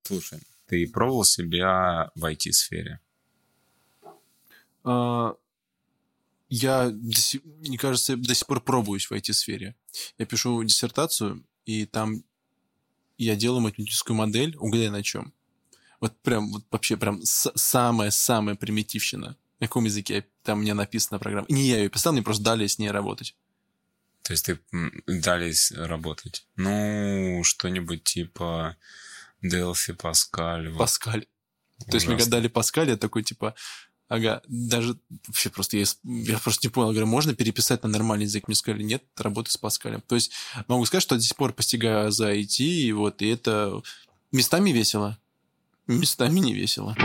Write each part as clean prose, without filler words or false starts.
Слушай, ты пробовал себя в IT-сфере? А, мне кажется, до сих пор пробуюсь в IT-сфере. Я пишу диссертацию, и там я делаю математическую модель, угадай на чем. Вот прям, вот вообще прям самая-самая примитивщина. На каком языке там мне написана программа. И не я ее писал, мне просто дали с ней работать. То есть ты дали работать? Ну, что-нибудь типа Delphi, Pascal. Паскаль. То есть мне когда дали Паскаль, я такой типа... Ага, даже вообще просто я просто не понял. Говорю, можно переписать на нормальный язык? Мне сказали, нет, работай с Паскалем. То есть могу сказать, что до сих пор постигаю за IT, и это местами весело, местами не весело.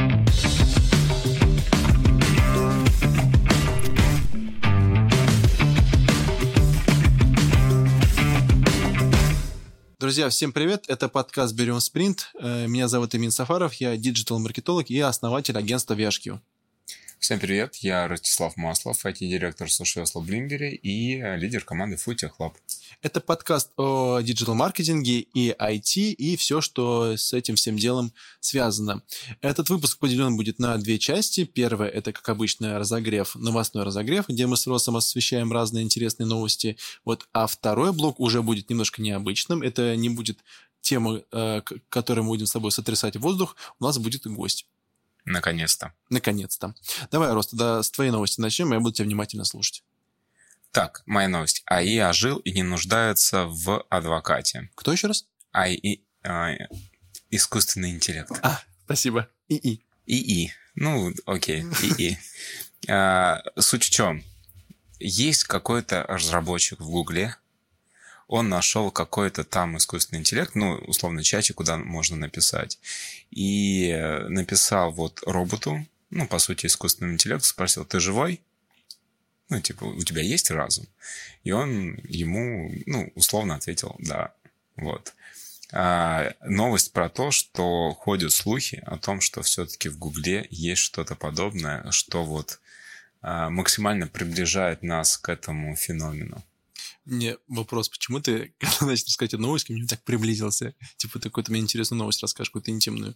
Друзья, всем привет! Это подкаст «Берем спринт». Меня зовут Эмин Сафаров, я диджитал-маркетолог и основатель агентства VHQ. Всем привет, я Ростислав Маслов, IT-директор Суши Осло Блингери и лидер команды Foodtech Lab. Это подкаст о диджитал-маркетинге и IT, и все, что с этим всем делом связано. Этот выпуск поделен будет на две части. Первая – это, как обычно, новостной разогрев, где мы с Росом освещаем разные интересные новости. А второй блок уже будет немножко необычным. Это не будет тема, которой мы будем с тобой сотрясать воздух. У нас будет гость. Наконец-то. Давай, Рос, тогда с твоей новости начнем, и я буду тебя внимательно слушать. Так, моя новость. АИ ожил и не нуждается в адвокате. Кто еще раз? АИ, искусственный интеллект. Спасибо. ИИ. Ну, окей, ИИ. Суть в чем? Есть какой-то разработчик в Гугле, он нашел какой-то там искусственный интеллект, условно, чатик, куда можно написать, и написал роботу, по сути, искусственному интеллекту, спросил, ты живой? У тебя есть разум? И он ему, условно ответил, да. Новость про то, что ходят слухи о том, что все-таки в Гугле есть что-то подобное, что максимально приближает нас к этому феномену. Мне вопрос, почему ты, когда начал сказать эту новость, ко мне так приблизился? Ты какую-то мне интересную новость расскажешь, какую-то интимную.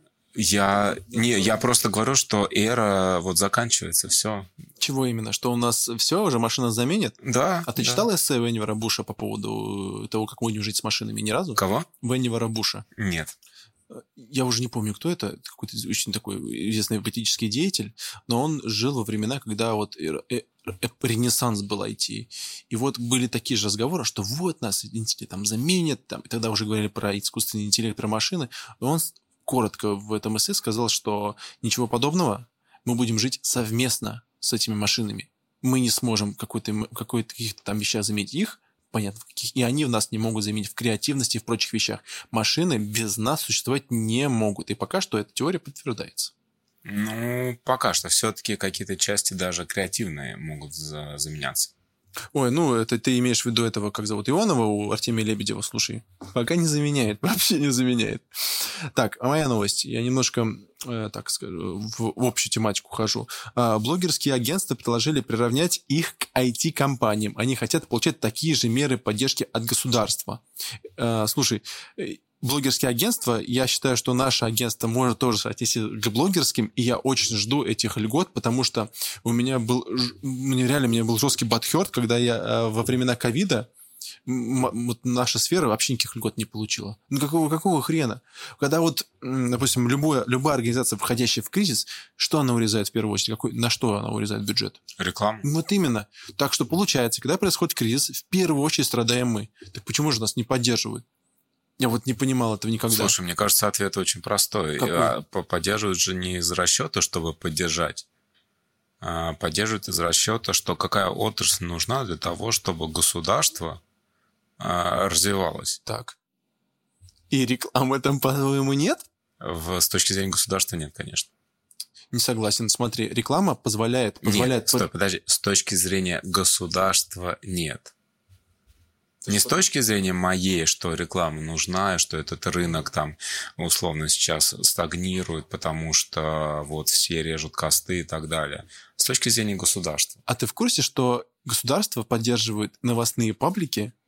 Я просто говорю, что эра заканчивается, все. Чего именно? Что у нас все, уже машина заменит? Да. А ты читал эссе Веннивера Буша по поводу того, как будем жить с машинами? Ни разу? Кого? Веннивера Буша. Нет. Я уже не помню, кто это. Какой-то очень такой известный политический деятель, но он жил во времена, когда ренессанс был IT. И были такие же разговоры, что нас там заменят, и тогда уже говорили про искусственный интеллект, про машины. Но он коротко в этом эссе сказал, что ничего подобного, мы будем жить совместно с этими машинами. Мы не сможем каких-то там вещах заменить их, понятно, в каких, и они нас не могут заменить в креативности и в прочих вещах. Машины без нас существовать не могут. И пока что эта теория подтверждается. Пока что. Все-таки какие-то части даже креативные могут заменяться. Ой, это ты имеешь в виду этого, как зовут, Ионова у Артемия Лебедева, слушай. Пока не заменяет, вообще не заменяет. Так, моя новость. Я немножко, так скажу, в общую тематику хожу. Блогерские агентства предложили приравнять их к IT-компаниям. Они хотят получать такие же меры поддержки от государства. Слушай, блогерские агентства, я считаю, что наше агентство может тоже отнести к блогерским, и я очень жду этих льгот, потому что у меня был жесткий бадхёрт, когда я во времена ковида наша сфера вообще никаких льгот не получила. Какого хрена? Когда допустим, любая организация, входящая в кризис, что она урезает в первую очередь? На что она урезает бюджет? Рекламу. Именно. Так что получается, когда происходит кризис, в первую очередь страдаем мы. Так почему же нас не поддерживают? Я не понимал этого никогда. Слушай, мне кажется, ответ очень простой. Поддерживают же не из расчета, чтобы поддержать. Поддерживают из расчета, что какая отрасль нужна для того, чтобы государство развивалось. Так. И рекламы там, по-моему, нет? С точки зрения государства нет, конечно. Не согласен. Смотри, реклама позволяет... Нет, стой, подожди. С точки зрения государства нет. Не с точки зрения моей, что реклама нужна, что этот рынок там условно сейчас стагнирует, потому что все режут косты и так далее. С точки зрения государства. А ты в курсе, что государство поддерживает новостные паблики,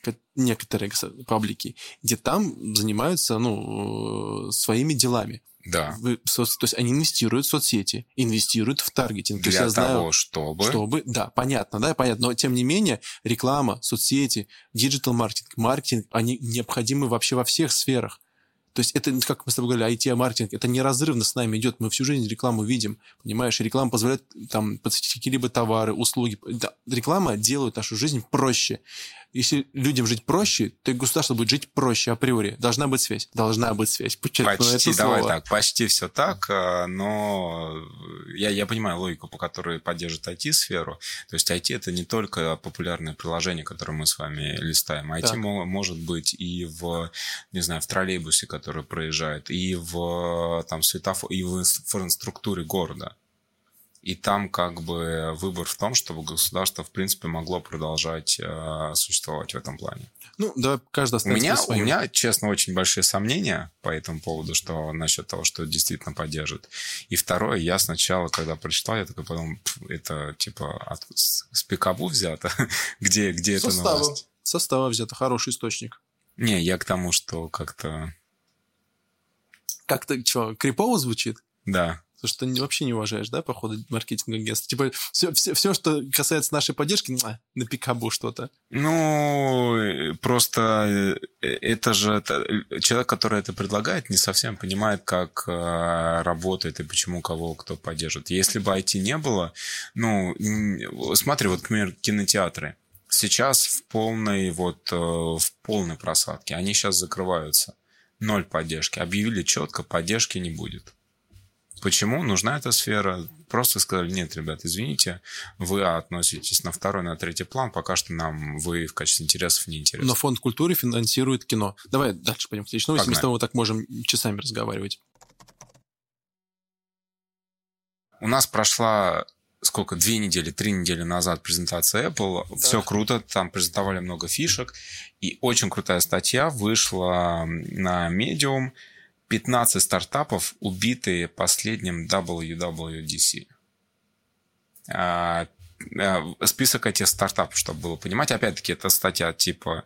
некоторые паблики, где там занимаются, своими делами. Да. То есть они инвестируют в соцсети, инвестируют в таргетинг. Для того, чтобы... Да, понятно. Но тем не менее реклама, соцсети, диджитал-маркетинг, они необходимы вообще во всех сферах. То есть это, как мы с тобой говорили, IT-маркетинг, это неразрывно с нами идет. Мы всю жизнь рекламу видим, понимаешь? Реклама позволяет там подсветить какие-либо товары, услуги. Да, реклама делает нашу жизнь проще. Если людям жить проще, то и государство будет жить проще априори. Должна быть связь. Подчеркну почти, это слово. давай так, почти все так, но я понимаю логику, по которой поддержит IT-сферу. То есть IT – это не только популярное приложение, которое мы с вами листаем. IT может быть и в троллейбусе, который проезжает, и в светофоре, и в инфраструктуре города. И там как бы выбор в том, чтобы государство, в принципе, могло продолжать существовать в этом плане. Да, каждый останется у меня, честно, очень большие сомнения по этому поводу, что насчет того, что действительно поддержит. И второе, я сначала, когда прочитал, я такой подумал, это типа с Пикабу взято? где это новость? Состава взято, хороший источник. Не, я к тому, что как-то... Как-то, что, крипово звучит? Да. Потому что ты вообще не уважаешь, да, походу, маркетинговое агентство? Типа, все, что касается нашей поддержки, на Пикабу что-то. Просто это же... человек, который это предлагает, не совсем понимает, как работает и почему кто поддержит. Если бы IT не было, смотри, вот, например, кинотеатры. Сейчас в полной просадке. Они сейчас закрываются. 0 поддержки. Объявили четко, поддержки не будет. Почему? Нужна эта сфера. Просто сказали, нет, ребят, извините, вы относитесь на 2-й, на 3-й план, пока что вы в качестве интересов не интересны. Но фонд культуры финансирует кино. Давай дальше пойдем к следующей новости. Мы с тобой так можем часами разговаривать. У нас прошла... 2 недели, 3 недели назад презентация Apple. Да. Все круто, там презентовали много фишек. И очень крутая статья вышла на Medium. 15 стартапов, убитые последним WWDC. Список этих стартапов, чтобы было понимать. Опять-таки, это статья типа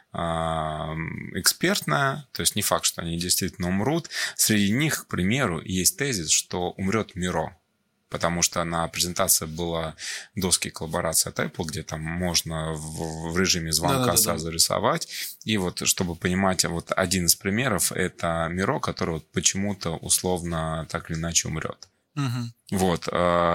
экспертная, то есть не факт, что они действительно умрут. Среди них, к примеру, есть тезис, что умрет Miro. Потому что на презентации была доски коллаборации от Apple, где там можно в режиме звонка сразу рисовать. И вот, чтобы понимать, вот один из примеров – это Miro, который вот почему-то условно так или иначе умрет. Вот.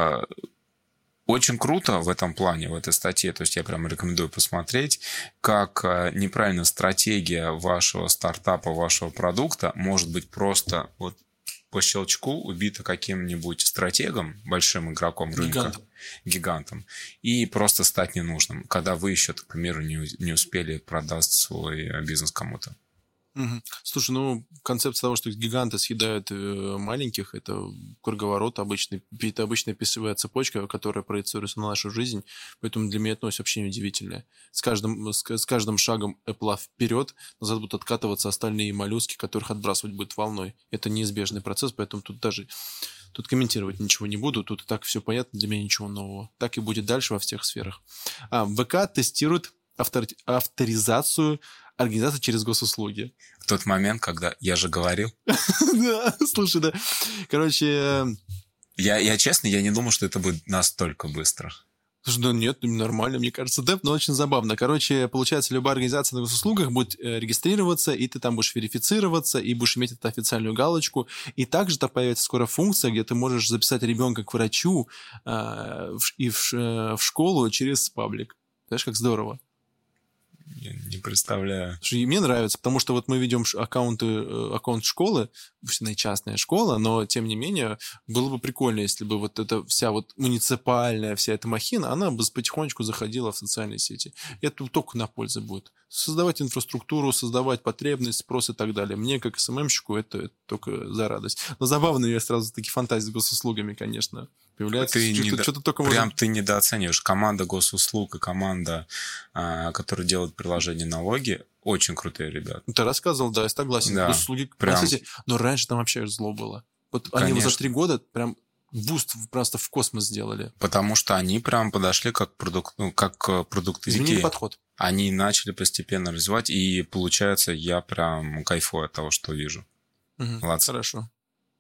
Очень круто в этом плане, в этой статье, то есть я прям рекомендую посмотреть, как неправильная стратегия вашего стартапа, вашего продукта может быть просто вот по щелчку убита каким-нибудь стратегом, большим игроком рынка, гигантом, и просто стать ненужным, когда вы еще, к примеру, не успели продать свой бизнес кому-то. Слушай, концепция того, что гиганты съедают маленьких, это круговорот обычный, это обычная пищевая цепочка, которая проецируется на нашу жизнь, поэтому для меня это вообще неудивительное. С каждым шагом Apple вперед назад будут откатываться остальные моллюски, которых отбрасывать будет волной. Это неизбежный процесс, поэтому тут комментировать ничего не буду, тут и так все понятно, для меня ничего нового. Так и будет дальше во всех сферах. ВК тестирует авторизацию организации через госуслуги. В тот момент, когда я же говорил. Да, слушай, да. Короче... Я честно, я не думал, что это будет настолько быстро. Слушай, да нет, нормально, мне кажется, да, но очень забавно. Короче, получается, любая организация на госуслугах будет регистрироваться, и ты там будешь верифицироваться, и будешь иметь эту официальную галочку. И также там появится скоро функция, где ты можешь записать ребенка к врачу и в школу через паблик. Знаешь, как здорово. Я не представляю. Слушай, мне нравится, потому что вот мы ведем аккаунт школы, пусть она и частная школа, но тем не менее было бы прикольно, если бы вот эта вся вот муниципальная вся эта махина, она бы потихонечку заходила в социальные сети. И это только на пользу будет. Создавать инфраструктуру, создавать потребность, спрос и так далее. Мне, как СММщику, это только за радость. Но забавно, я сразу такие фантазии с госуслугами, конечно, появляются. Ты недооцениваешь. Команда госуслуг и команда, которая делает приложение налоги, очень крутые ребята. Ты рассказывал, да, я согласен. Да, госуслуги, прям... Кстати, но раньше там вообще зло было. Вот конечно. Они за 3 года прям буст просто в космос сделали. Потому что они прям подошли как продуктовики. Изменили подход. Они начали постепенно развивать, и получается, я прям кайфую от того, что вижу. Молодцы. Хорошо.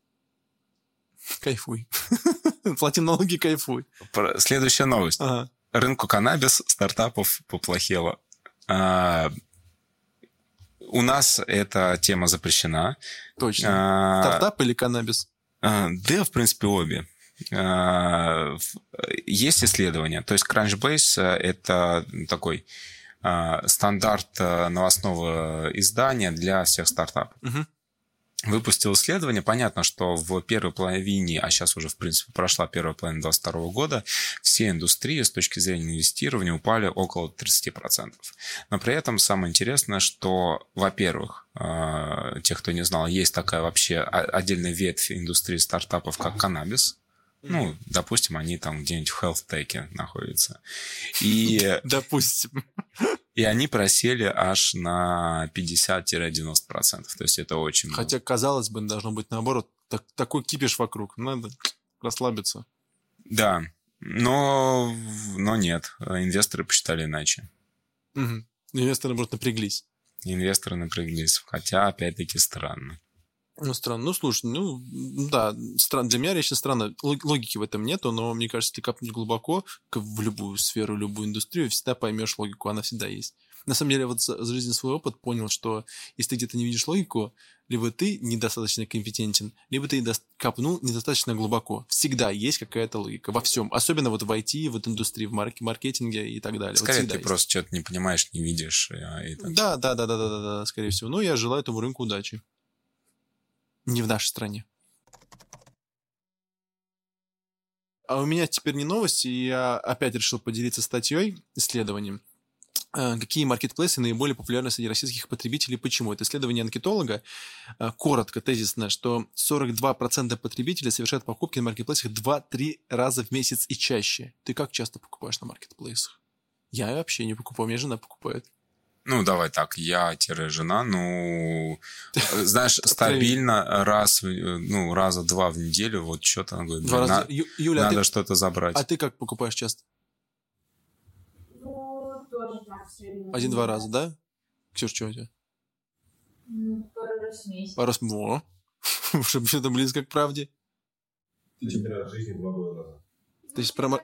Кайфуй. Плати налоги, кайфуй. Следующая новость. Ага. Рынку каннабис стартапов поплохело. У нас эта тема запрещена. Точно. Стартап или каннабис? Да, в принципе, обе. Есть исследования. То есть Crunchbase — это такой стандарт новостного издания для всех стартапов. Выпустил исследование. Понятно, что в первой половине, а сейчас уже, в принципе, прошла первая половина 2022 года, все индустрии с точки зрения инвестирования упали около 30%. Но при этом самое интересное, что, во-первых, тех, кто не знал, есть такая вообще отдельная ветвь индустрии стартапов, как каннабис. Ну, допустим, они там где-нибудь в health-теке находятся. И... Допустим. И они просели аж на 50-90%. То есть это очень много. Хотя, казалось бы, должно быть наоборот. Такой кипиш вокруг. Надо расслабиться. Да. Но нет. Инвесторы посчитали иначе. Инвесторы, наоборот, напряглись. Инвесторы напряглись. Хотя, опять-таки, странно. Ну, странно. Ну, слушай, да, для меня лично странно. Логики в этом нету, но, мне кажется, если копнуть глубоко в любую сферу, любую индустрию, всегда поймешь логику, она всегда есть. На самом деле, вот за жизнь свой опыт понял, что если ты где-то не видишь логику, либо ты недостаточно компетентен, либо ты копнул недостаточно глубоко. Всегда есть какая-то логика во всем. Особенно вот в IT, вот индустрии, в маркетинге и так далее. Скорее, вот ты просто что-то не понимаешь, не видишь. Да, скорее всего. Ну, я желаю этому рынку удачи. Не в нашей стране. А у меня теперь не новости, я опять решил поделиться статьей, исследованием. Какие маркетплейсы наиболее популярны среди российских потребителей? Почему? Это исследование анкетолога. Коротко, тезисно, что 42% потребителей совершают покупки на маркетплейсах 2-3 раза в месяц и чаще. Ты как часто покупаешь на маркетплейсах? Я вообще не покупаю, у меня жена покупает. Ну, давай так, я-жена, знаешь, стабильно раза 2 в неделю, вот что-то она говорит, Юля, надо что-то забрать. А ты как покупаешь часто? Ну, тоже так, в среднем. 1-2 раза, да? Ксюш, что у тебя? Пару раз в месяц. Пару раз, чтобы все-то близко к правде. Ты чемпионат жизни 2 года назад. То есть про...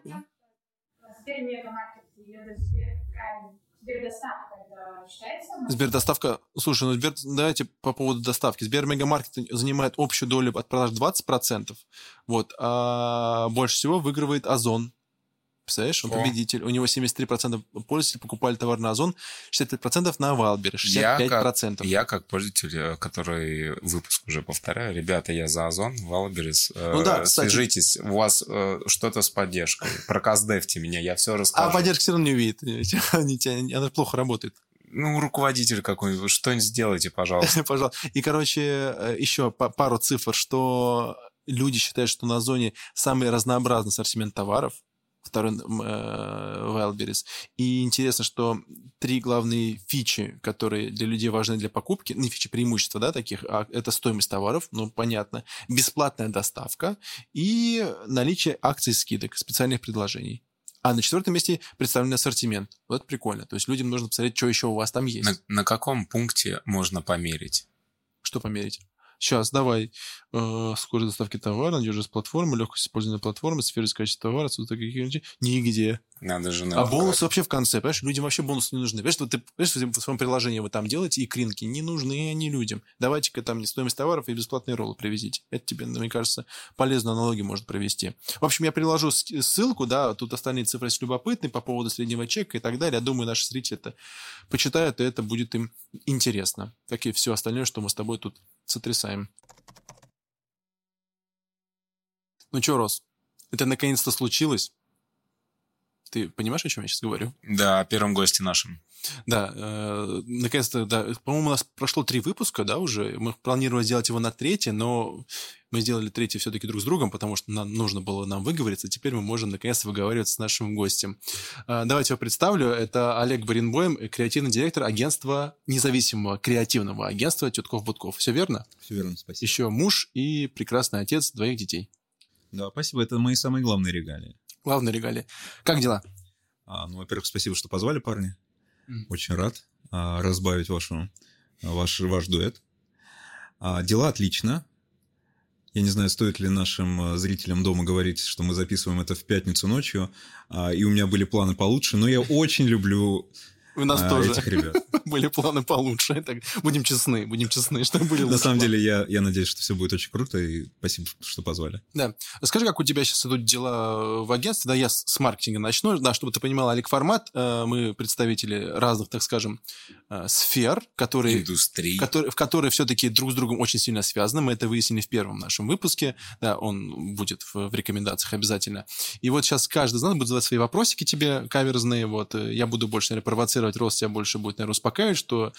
Сбердоставка это считается? Сбердоставка... Слушай, давайте по поводу доставки. Сбермегамаркет занимает общую долю от продаж 20%, вот, а больше всего выигрывает Озон. Представляешь, он победитель. У него 73% пользователей покупали товар на Озон, 65% на Вайлдберрис, 65%. Я как пользователь, который выпуск уже повторяю, ребята, я за Озон, Вайлдберрис, свяжитесь, у вас что-то с поддержкой, проказдевьте меня, я все расскажу. А поддержка все равно не увидит, она плохо работает. Ну, руководитель какой-нибудь, что-нибудь сделайте, пожалуйста. Пожалуйста. И, короче, еще пару цифр, что люди считают, что на Озоне самый разнообразный ассортимент товаров, второй Wildberries. И интересно, что 3 главные фичи, которые для людей важны для покупки, не фичи, преимущества, да, таких, это стоимость товаров, ну, понятно, бесплатная доставка и наличие акций, скидок, специальных предложений. А на 4-м месте представлен ассортимент. Вот прикольно. То есть людям нужно посмотреть, что еще у вас там есть. На каком пункте можно померить? Что померить? Сейчас, давай. Скорость доставки товара, надежность платформы, легкость использования платформы, сфера качества товара, отсутствие каких-нибудь... Нигде. Надо же... А бонусы вообще в конце, понимаешь? Людям вообще бонусы не нужны. Понимаешь, вот ты в своем приложении вы там делаете икринки, не нужны они людям. Давайте-ка там стоимость товаров и бесплатные роллы привезите. Это тебе, мне кажется, полезную аналогию может провести. В общем, я приложу ссылку, да, тут остальные цифры есть любопытные по поводу среднего чека и так далее. Я думаю, наши зрители это почитают, и это будет им интересно. Как и все остальное, что мы с тобой тут сотрясаем. Ну что, Рос, это наконец-то случилось. Ты понимаешь, о чем я сейчас говорю? Да, о первом госте нашем. Да, наконец-то, да. По-моему, у нас прошло 3 выпуска, да, уже. Мы планировали сделать его на 3-й, но мы сделали 3-й все-таки друг с другом, потому что нужно было нам выговориться. Теперь мы можем наконец-то выговариваться с нашим гостем. Давайте его представлю. Это Олег Баренбойм, креативный директор агентства, независимого креативного агентства Тютков-Будков. Все верно? Все верно, спасибо. Еще муж и прекрасный отец 2 детей. Да, спасибо. Это мои самые главные регалии. Главные регалии. Как дела? Во-первых, спасибо, что позвали, парни. Очень рад разбавить ваш дуэт. Дела отлично. Я не знаю, стоит ли нашим зрителям дома говорить, что мы записываем это в пятницу ночью, и у меня были планы получше, но я очень люблю У нас тоже этих ребят. были планы получше. Так, будем честны, что были лучше. На самом деле, я надеюсь, что все будет очень круто, и спасибо, что позвали. Да. Скажи, как у тебя сейчас идут дела в агентстве? Да, я с маркетинга начну. Да, чтобы ты понимал, Олег Формат, мы представители разных, так скажем, сфер, Индустрий. в которые все-таки друг с другом очень сильно связаны. Мы это выяснили в первом нашем выпуске. Да, он будет в рекомендациях обязательно. И вот сейчас каждый из нас будет задавать свои вопросики тебе, каверзные. Вот. Я буду больше, наверное, провоцировать Рост, тебя больше будет, наверное, успокаивать, что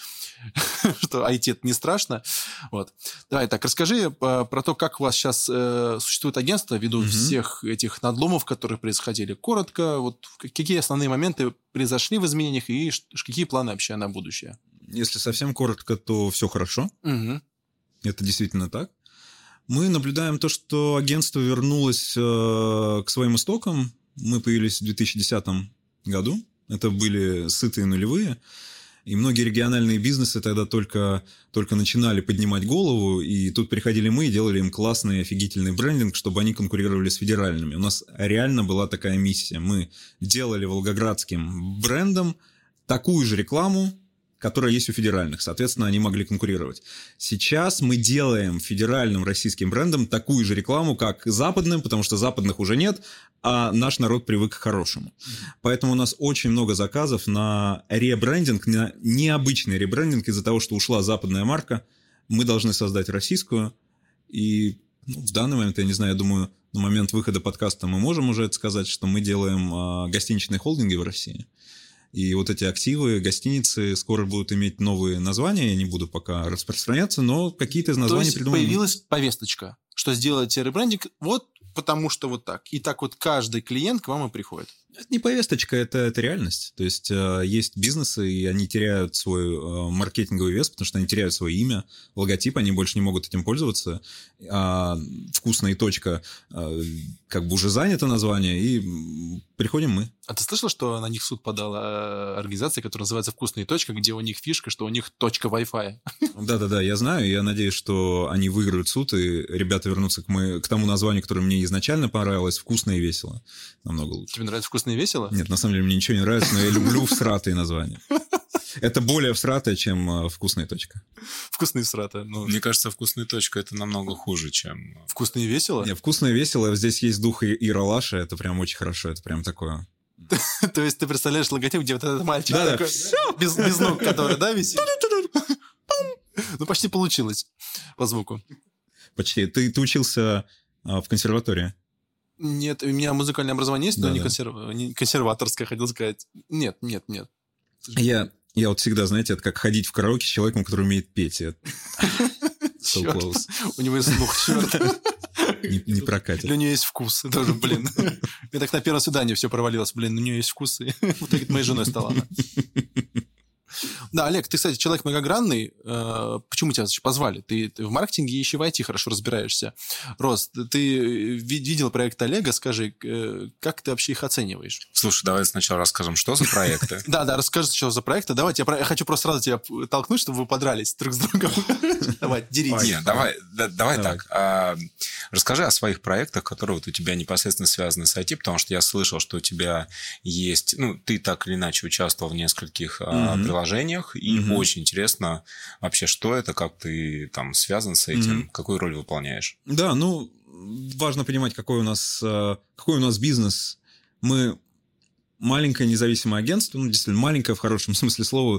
IT это не страшно. Вот. Давай так, расскажи про то, как у вас сейчас существует агентство ввиду всех этих надломов, которые происходили. Коротко, вот какие основные моменты произошли в изменениях и какие планы вообще на будущее? Если совсем коротко, то все хорошо. Угу. Это действительно так. Мы наблюдаем то, что агентство вернулось к своим истокам. Мы появились в 2010 году. Это были сытые нулевые. И многие региональные бизнесы тогда только начинали поднимать голову, и тут приходили мы и делали им классный, офигительный брендинг, чтобы они конкурировали с федеральными. У нас реально была такая миссия. Мы делали волгоградским брендом такую же рекламу, которая есть у федеральных. Соответственно, они могли конкурировать. Сейчас мы делаем федеральным российским брендом такую же рекламу, как западным, потому что западных уже нет, а наш народ привык к хорошему. Поэтому у нас очень много заказов на ребрендинг, на необычный ребрендинг из-за того, что ушла западная марка. Мы должны создать российскую. И в данный момент, я не знаю, я думаю, на момент выхода подкаста мы можем уже это сказать, что мы делаем гостиничные холдинги в России. И вот эти активы, гостиницы скоро будут иметь новые названия. Я не буду пока распространяться, но какие-то из названий придумали. То есть появилась повесточка, что сделать ребрендинг вот потому что вот так. И так вот каждый клиент к вам и приходит. Это не повесточка, это реальность. То есть есть бизнесы, и они теряют свой маркетинговый вес, потому что они теряют свое имя, логотип, они больше не могут этим пользоваться. А «Вкусная точка» как бы уже занято название, и приходим мы. А ты слышал, что на них в суд подала организация, которая называется «Вкусная точка», где у них фишка, что у них точка Wi-Fi? Да-да-да, я знаю, я надеюсь, что они выиграют суд, и ребята вернутся к тому названию, которое мне изначально понравилось, «Вкусно и весело». Намного лучше. Тебе нравится «Вкусно и весело»? Нет, на самом деле мне ничего не нравится, но я люблю всратые названия. Это более всратое, чем «Вкусная точка». «Вкусно и всратое». Ну... Мне кажется, «Вкусная точка» — это намного хуже, чем... «Вкусно и весело»? Нет, «Вкусно и весело». Здесь есть дух Ералаша, это прям очень хорошо, это прям такое... То есть ты представляешь логотип, где вот этот мальчик такой, без ног, который, да, висит? Ну, почти получилось по звуку. Почти. Ты учился в консерватории? Нет, у меня музыкальное образование есть, но не консерваторское, хотел сказать. Нет. Я вот всегда, знаете, это как ходить в караоке с человеком, который умеет петь. So close. У него есть слух, черт. Не прокатит. У нее есть вкус. Тоже, блин. Мне так на первом свидании все провалилось. Блин, у нее есть вкус. И в итоге моей женой стала она. Да, Олег, ты, кстати, человек многогранный. Почему тебя позвали? Ты в маркетинге еще в IT хорошо разбираешься. Рос, ты видел проект Олега, скажи, как ты вообще их оцениваешь? Слушай, давай сначала расскажем, что за проекты. Да, расскажи, что за проекты. Давайте, я хочу просто сразу тебя толкнуть, чтобы вы подрались друг с другом. Давай, деритесь. Нет, давай так. Расскажи о своих проектах, которые вот у тебя непосредственно связаны с IT, потому что я слышал, что у тебя есть... Ну, ты так или иначе участвовал в нескольких приложениях, и очень интересно вообще, что это, как ты там связан с этим, какую роль выполняешь. Да, ну, важно понимать, какой у нас бизнес. Мы маленькое независимое агентство, ну, действительно, маленькое в хорошем смысле слова,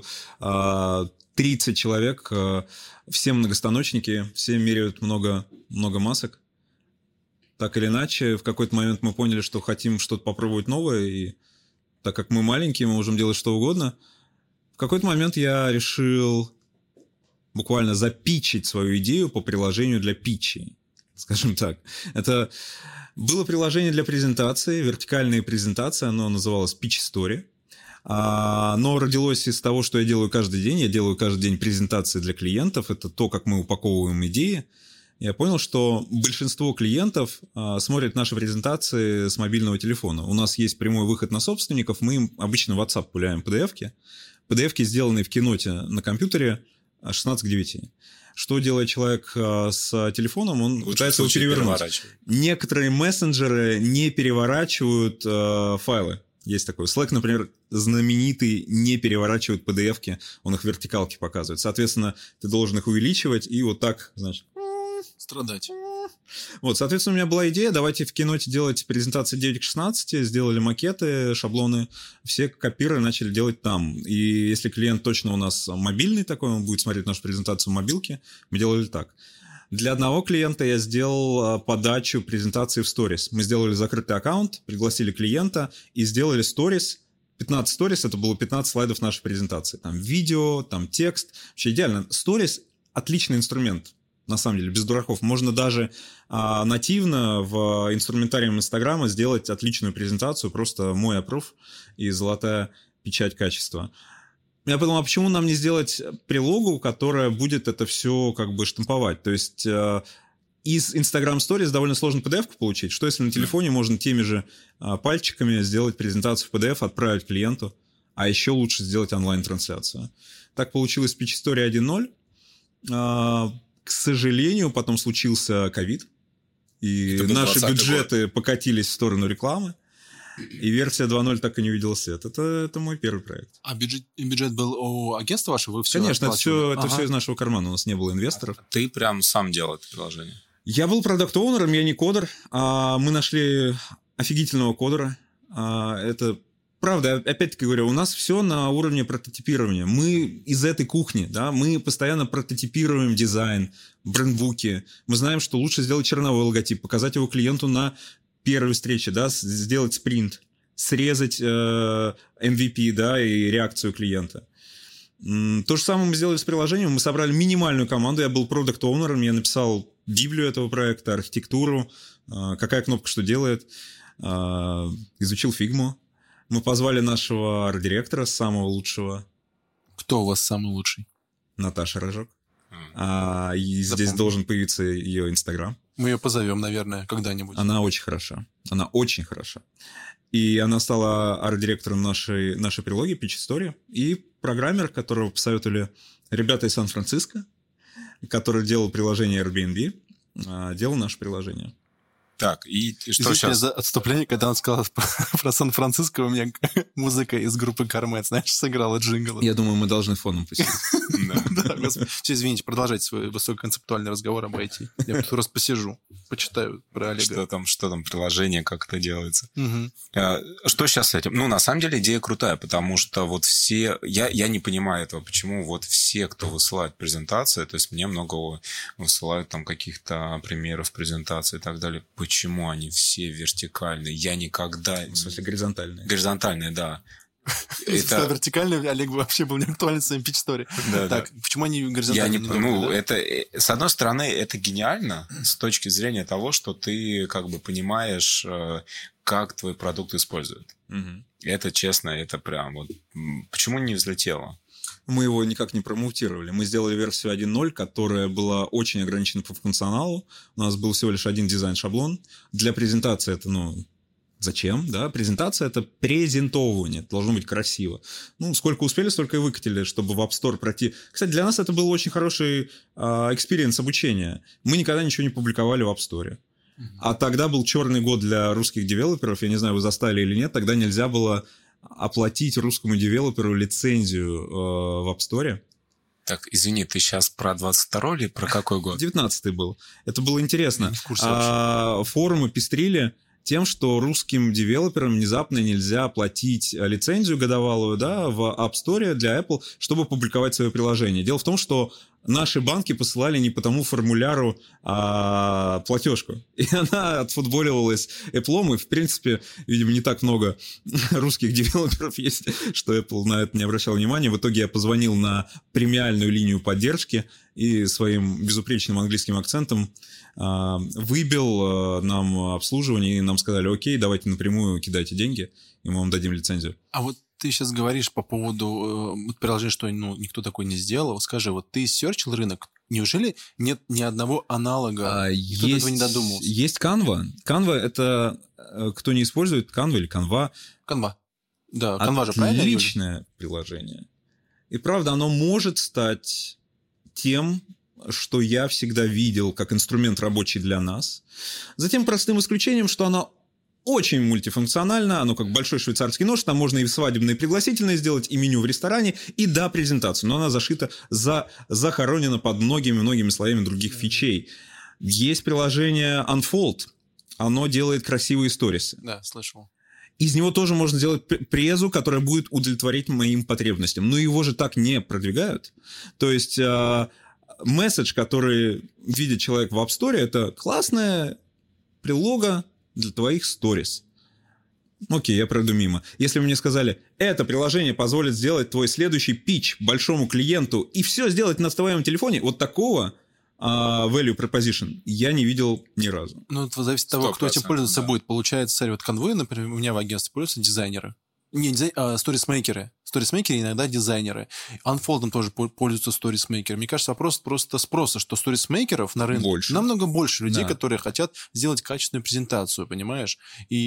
30 человек, все многостаночники, все меряют много масок. Так или иначе, в какой-то момент мы поняли, что хотим что-то попробовать новое, и так как мы маленькие, мы можем делать что угодно. В какой-то момент я решил буквально запитчить свою идею по приложению для питчей, скажем так. Это было приложение для презентации, вертикальные презентации, оно называлось Pitch Story. Оно родилось из того, что я делаю каждый день. Я делаю каждый день презентации для клиентов. Это то, как мы упаковываем идеи. я понял, что большинство клиентов смотрят наши презентации с мобильного телефона. У нас есть прямой выход на собственников, мы им обычно в WhatsApp пуляем PDF-ки. PDF-ки, сделанные в Keynote на компьютере 16 к 9. Что делает человек с телефоном? Он пытается его перевернуть. Некоторые мессенджеры не переворачивают файлы. Есть такой. Slack, например, знаменитый, не переворачивает PDF-ки, он их в вертикалке показывает. Соответственно, ты должен их увеличивать и вот так, значит... Страдать. Вот, соответственно, у меня была идея, давайте в Keynote делать презентации 9 к 16, сделали макеты, шаблоны, все копиры начали делать там. И если клиент точно у нас мобильный такой, он будет смотреть нашу презентацию в мобилке, мы делали так. Для одного клиента я сделал подачу презентации в сторис. Мы сделали закрытый аккаунт, пригласили клиента и сделали сторис. 15 сторис, это было 15 слайдов нашей презентации. Там видео, там текст. Вообще идеально. Сторис – отличный инструмент. На самом деле, без дураков. Можно даже нативно в инструментариум Инстаграма сделать отличную презентацию, просто мой аппрув и золотая печать качества. Я подумал, а почему нам не сделать прилогу, которая будет это все как бы штамповать? То есть из Instagram Stories довольно сложно PDF-ку получить. Что если на телефоне можно теми же пальчиками сделать презентацию в PDF, отправить клиенту, а еще лучше сделать онлайн-трансляцию? Так получилось Pitch Story 1.0. К сожалению, потом случился ковид, и наши бюджеты покатились в сторону рекламы, и версия 2.0 так и не увидела свет. Это мой первый проект. А бюджет был у агентства вашего? Вы все Конечно, это все из нашего кармана, у нас не было инвесторов. Ты прям сам делал это приложение? Я был продакт-оунером, я не кодер. Мы нашли офигительного кодера. Это... Правда, опять-таки говорю, у нас все на уровне прототипирования. Мы из этой кухни, да, мы постоянно прототипируем дизайн, брендбуки. Мы знаем, что лучше сделать черновой логотип, показать его клиенту на первой встрече, да, сделать спринт, срезать MVP, да, и реакцию клиента. То же самое мы сделали с приложением. Мы собрали минимальную команду. Я был продакт-оунером, я написал библию этого проекта, архитектуру, какая кнопка что делает, изучил фигму. Мы позвали нашего арт-директора, самого лучшего. Кто у вас самый лучший? Наташа Рожок. И здесь должен появиться ее Инстаграм. Мы ее позовем, наверное, когда-нибудь. Она очень хороша. Она очень хороша. И она стала арт-директором нашей прилоги Pitch Story. И программер, которого посоветовали ребята из Сан-Франциско, который делал приложение Airbnb, делал наше приложение. Так, и что извините сейчас? За отступление, когда он сказал про Сан-Франциско, у меня музыка из группы Кармет, знаешь, сыграла джингл. Я думаю, мы должны фоном пустить. Все, извините, продолжайте свой высококонцептуальный разговор об IT. Я просто посижу, почитаю про Олега. Что там приложение, как это делается. Что сейчас с этим? Ну, на самом деле, идея крутая, потому что вот все... Я не понимаю этого, почему вот все, кто высылает презентации, то есть мне много высылают там каких-то примеров презентации и так далее. Почему они все вертикальные? Я никогда... В смысле, горизонтальные? Горизонтальные, да. Если это вертикальный, Олег бы вообще был не актуален в своем питч-сторе. Так, почему они горизонтальные? Это, с одной стороны, это гениально с точки зрения того, что ты как бы понимаешь, как твой продукт используют. Это честно, это прям вот... Почему не взлетело? Мы его никак не промоутировали. Мы сделали версию 1.0, которая была очень ограничена по функционалу. У нас был всего лишь один дизайн-шаблон. Для презентации это, зачем, да? Презентация – это презентовывание, это должно быть красиво. Сколько успели, столько и выкатили, чтобы в App Store пройти. Кстати, для нас это был очень хороший экспириенс обучения. Мы никогда ничего не публиковали в App Store. А тогда был черный год для русских девелоперов, я не знаю, вы застали или нет, тогда нельзя было оплатить русскому девелоперу лицензию в App Store. Так, извини, ты сейчас про 22-й или про какой год? 19-й был. Это было интересно. Форумы пестрили тем, что русским девелоперам внезапно нельзя оплатить лицензию годовалую, да, в App Store для Apple, чтобы публиковать свое приложение. Дело в том, что наши банки посылали не по тому формуляру платежку. И она отфутболивалась Apple. И, в принципе, видимо, не так много русских девелоперов есть, что Apple на это не обращал внимания. В итоге я позвонил на премиальную линию поддержки и своим безупречным английским акцентом выбил нам обслуживание, и нам сказали: окей, давайте напрямую кидайте деньги, и мы вам дадим лицензию. А вот ты сейчас говоришь по поводу приложения, что никто такой не сделал, скажи, вот ты серчил рынок, неужели нет ни одного аналога, и кто до этого не додумался? Есть Canva. Canva — это, кто не использует, Canva или Canva. Canva. Да, Canva же, правильно? Отличное приложение. И правда, оно может стать тем, что я всегда видел как инструмент рабочий для нас. Затем простым исключением, что оно очень мультифункционально, оно как большой швейцарский нож, там можно и свадебные пригласительные сделать, и меню в ресторане, и да, презентацию, но она зашита, захоронена под многими-многими слоями других фичей. Есть приложение Unfold, оно делает красивые сторисы. Да, слышал. Из него тоже можно сделать презу, которая будет удовлетворить моим потребностям. Но его же так не продвигают. То есть месседж, который видит человек в App Store, это классная прилога для твоих сторис. Окей, я пройду мимо. Если бы мне сказали, это приложение позволит сделать твой следующий питч большому клиенту и все сделать на твоем телефоне, вот такого value proposition я не видел ни разу. Ну, это зависит от того, кто этим пользоваться будет. Получается, смотри, вот Convoy, например, у меня в агентстве пользуются дизайнеры. Не сторисмейкеры. Сторисмейкеры, иногда дизайнеры. Unfold тоже пользуются сторисмейкерами. Мне кажется, вопрос просто спроса, что сторисмейкеров на рынке намного больше людей, да, которые хотят сделать качественную презентацию, понимаешь?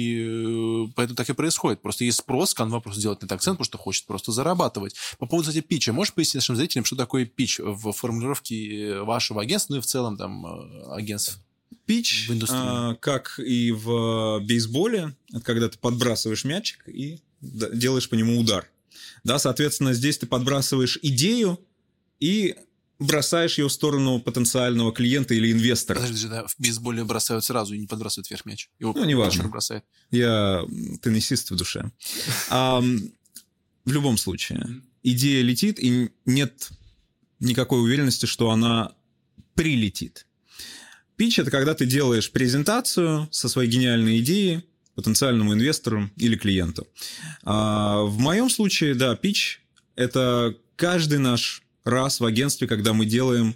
И поэтому так и происходит. Просто есть спрос, Canva просто делает на это акцент, потому что хочет просто зарабатывать. По поводу, кстати, питча. Можешь пояснить нашим зрителям, что такое питч в формулировке вашего агентства, ну и в целом там агентств? Питч, как и в бейсболе, это когда ты подбрасываешь мячик и делаешь по нему удар. Да, соответственно, здесь ты подбрасываешь идею и бросаешь ее в сторону потенциального клиента или инвестора. Подожди, да, в бейсболе бросают сразу и не подбрасывают вверх мяч. Его неважно. Бросает. Я теннисист в душе. В любом случае, идея летит, и нет никакой уверенности, что она прилетит. Питч — это когда ты делаешь презентацию со своей гениальной идеей потенциальному инвестору или клиенту. В моем случае, да, питч — это каждый наш раз в агентстве, когда мы делаем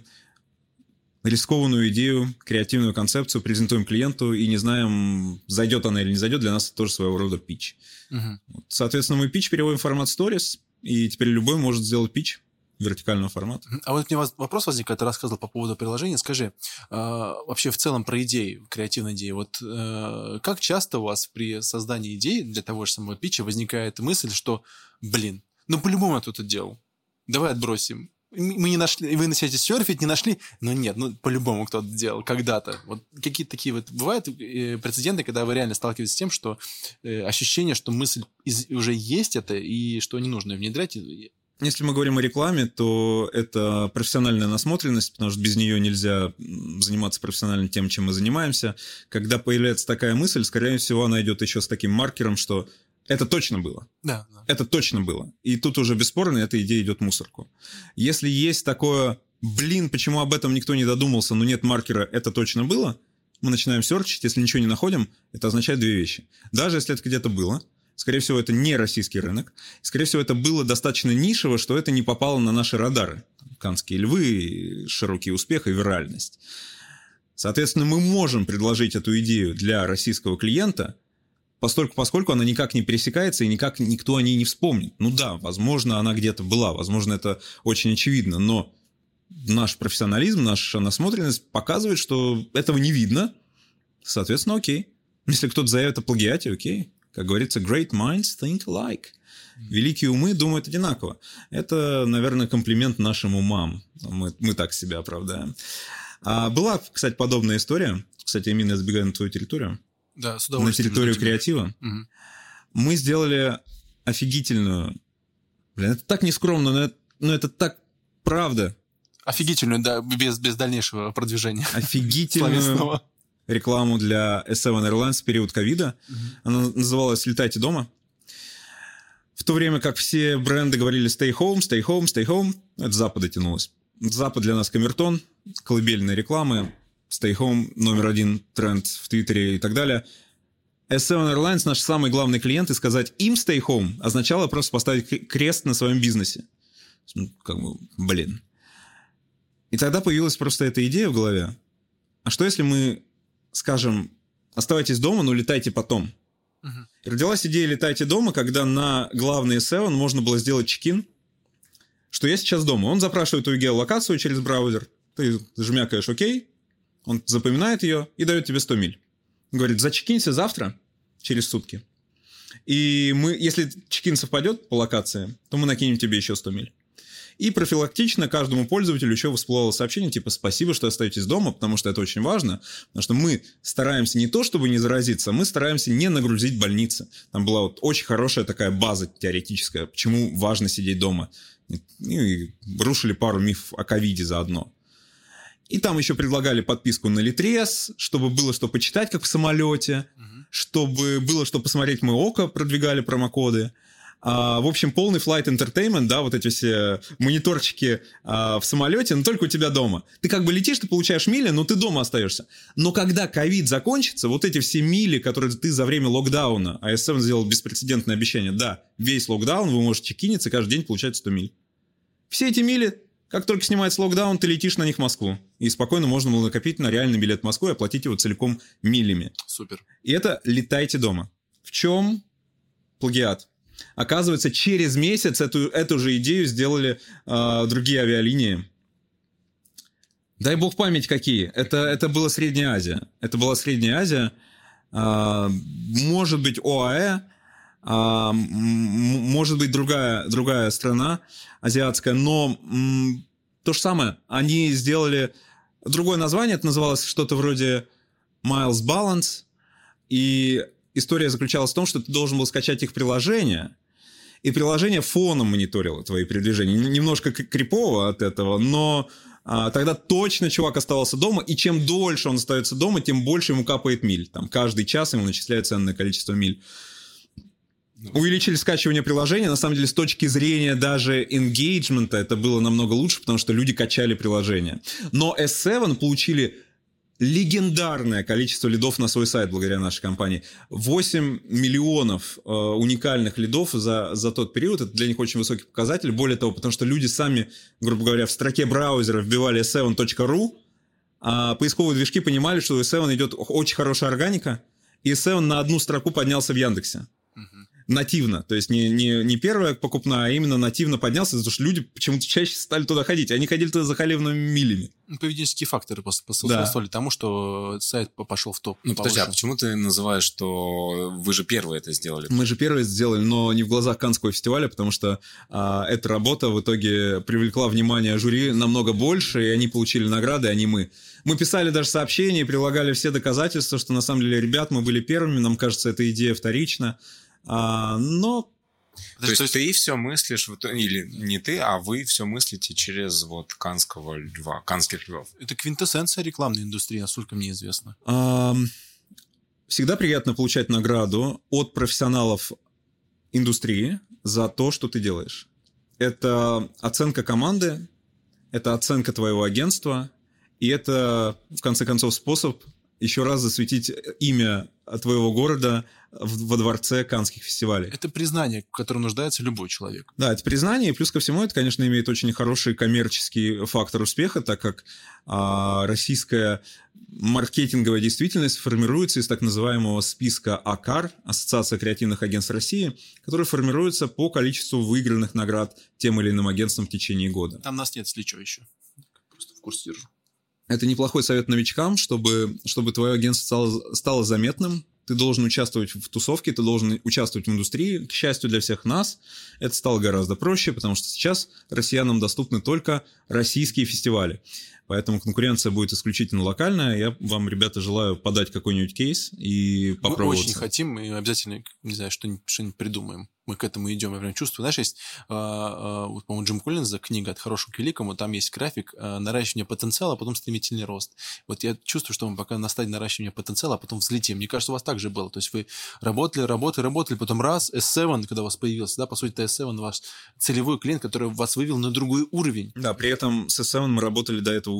рискованную идею, креативную концепцию, презентуем клиенту и не знаем, зайдет она или не зайдет, для нас это тоже своего рода питч. Угу. Соответственно, мы питч переводим в формат stories, и теперь любой может сделать питч вертикального формата. А вот у меня вопрос возник, когда ты рассказывал по поводу приложения. Скажи, вообще в целом про идеи, креативные идеи. Вот как часто у вас при создании идей для того же самого питча возникает мысль, что, ну по-любому я кто-то делал. Давай отбросим. Мы не нашли, вы начинаете серфить, не нашли, но нет, по-любому кто-то делал когда-то. Вот какие-то такие вот бывают прецеденты, когда вы реально сталкиваетесь с тем, что ощущение, что мысль уже есть это, и что не нужно ее внедрять. Если мы говорим о рекламе, то это профессиональная насмотренность, потому что без нее нельзя заниматься профессионально тем, чем мы занимаемся. Когда появляется такая мысль, скорее всего, она идет еще с таким маркером, что это точно было. Да. Это точно было. И тут уже бесспорно эта идея идет в мусорку. Если есть такое, почему об этом никто не додумался, но нет маркера, это точно было, мы начинаем серчить, если ничего не находим, это означает две вещи. Даже если это где-то было, скорее всего, это не российский рынок. Скорее всего, это было достаточно нишево, что это не попало на наши радары. Канские львы, широкий успех и виральность. Соответственно, мы можем предложить эту идею для российского клиента, поскольку она никак не пересекается и никак никто о ней не вспомнит. Ну да, возможно, она где-то была, возможно, это очень очевидно, но наш профессионализм, наша насмотренность показывает, что этого не видно. Соответственно, окей. Если кто-то заявит о плагиате, окей. Как говорится, great minds think alike. Великие умы думают одинаково. Это, наверное, комплимент нашим умам. Мы так себя оправдаем. Была, кстати, подобная история. Кстати, именно я забегаю на твою территорию. Да, с на территорию креатива. Угу. Мы сделали офигительную... это так нескромно, но это так правда. Офигительную, да, без дальнейшего продвижения. Офигительную рекламу для S7 Airlines в период ковида. Она называлась «Летайте дома». В то время как все бренды говорили «stay home, stay home, stay home», это с Запада тянулось. Запад для нас камертон, колыбельные рекламы, stay home, номер один тренд в Твиттере и так далее. S7 Airlines, наш самый главный клиент, и сказать им stay home означало просто поставить крест на своем бизнесе. И тогда появилась просто эта идея в голове. А что если мы скажем, оставайтесь дома, но летайте потом? И родилась идея «Летайте дома», когда на главный S7 можно было сделать чекин, что я сейчас дома. Он запрашивает твою геолокацию через браузер, ты жмякаешь «Ок», он запоминает ее и дает тебе 100 миль. Говорит, зачекинься завтра, через сутки. И если чекин совпадет по локации, то мы накинем тебе еще 100 миль. И профилактично каждому пользователю еще всплывало сообщение, типа, спасибо, что остаетесь дома, потому что это очень важно, потому что мы стараемся не то, чтобы не заразиться, мы стараемся не нагрузить больницы. Там была вот очень хорошая такая база теоретическая, почему важно сидеть дома. И рушили пару мифов о ковиде заодно. И там еще предлагали подписку на Литрес, чтобы было что почитать, как в самолете, чтобы было что посмотреть, мы ОКО продвигали промокоды. В общем, полный flight entertainment, да, вот эти все мониторчики в самолете, но только у тебя дома. Ты как бы летишь, ты получаешь мили, но ты дома остаешься. Но когда ковид закончится, вот эти все мили, которые ты за время локдауна, а S7 сделал беспрецедентное обещание, да, весь локдаун вы можете чекиниться, каждый день получать 100 миль. Все эти мили, как только снимается локдаун, ты летишь на них в Москву. И спокойно можно было накопить на реальный билет в Москву и оплатить его целиком милями. Супер. И это «Летайте дома». В чем плагиат? Оказывается, через месяц эту же идею сделали другие авиалинии. Дай бог память какие. Это была Средняя Азия. Это была Средняя Азия. Может быть, ОАЭ. Может быть, другая страна азиатская. Но то же самое. Они сделали другое название. Это называлось что-то вроде Miles Balance. И история заключалась в том, что ты должен был скачать их приложение, и приложение фоном мониторило твои передвижения. Немножко крипово от этого, но тогда точно чувак оставался дома, и чем дольше он остается дома, тем больше ему капает миль. Там каждый час ему начисляют ценное количество миль. Увеличили скачивание приложения. На самом деле, с точки зрения даже engagement, это было намного лучше, потому что люди качали приложение. Но S7 получили легендарное количество лидов на свой сайт благодаря нашей компании. 8 миллионов уникальных лидов за тот период. Это для них очень высокий показатель. Более того, потому что люди сами, грубо говоря, в строке браузера вбивали s7.ru, а поисковые движки понимали, что у S7 идет очень хорошая органика, и S7 на одну строку поднялся в Яндексе. Нативно, то есть не первая покупная, а именно нативно поднялся, потому что люди почему-то чаще стали туда ходить. Они ходили туда за халивными милями. Поведенческие факторы способствовали тому, что сайт пошел в топ. Подожди, а почему ты называешь, что вы же первые это сделали? Мы же первые сделали, но не в глазах Каннского фестиваля, потому что эта работа в итоге привлекла внимание жюри намного больше, и они получили награды, а не мы. Мы писали даже сообщения, прилагали все доказательства, что на самом деле, ребят, мы были первыми, нам кажется, эта идея вторична. Но... То есть ты все мыслишь, или не ты, а вы все мыслите через вот каннских львов. Это квинтэссенция рекламной индустрии, насколько мне известно. Всегда приятно получать награду от профессионалов индустрии за то, что ты делаешь. Это оценка команды, это оценка твоего агентства, и это, в конце концов, способ еще раз засветить имя твоего города во дворце Каннских фестивалей. Это признание, в котором нуждается любой человек. Да, это признание, и плюс ко всему это, конечно, имеет очень хороший коммерческий фактор успеха, так как российская маркетинговая действительность формируется из так называемого списка АКАР, Ассоциация креативных агентств России, который формируется по количеству выигранных наград тем или иным агентством в течение года. Там нас нет, если что, еще. Просто в курсе держу. Это неплохой совет новичкам, чтобы твое агентство стало заметным. Ты должен участвовать в тусовке, ты должен участвовать в индустрии. К счастью для всех нас, это стало гораздо проще, потому что сейчас россиянам доступны только российские фестивали. Поэтому конкуренция будет исключительно локальная. Я вам, ребята, желаю подать какой-нибудь кейс и попробовать. Мы очень хотим, мы обязательно, не знаю, что-нибудь придумаем. Мы к этому идем, я прям чувствую. Знаешь, есть, вот, по-моему, Джим Коллинза книга «От хорошего к великому», там есть график наращивания потенциала, а потом стремительный рост. Вот я чувствую, что мы пока на стадии наращивания потенциала, а потом взлетим. Мне кажется, у вас так же было. То есть вы работали, потом раз, S7, когда у вас появился, да, по сути, S7 ваш целевой клиент, который вас вывел на другой уровень. Да, при этом с S7 мы работали до этого уже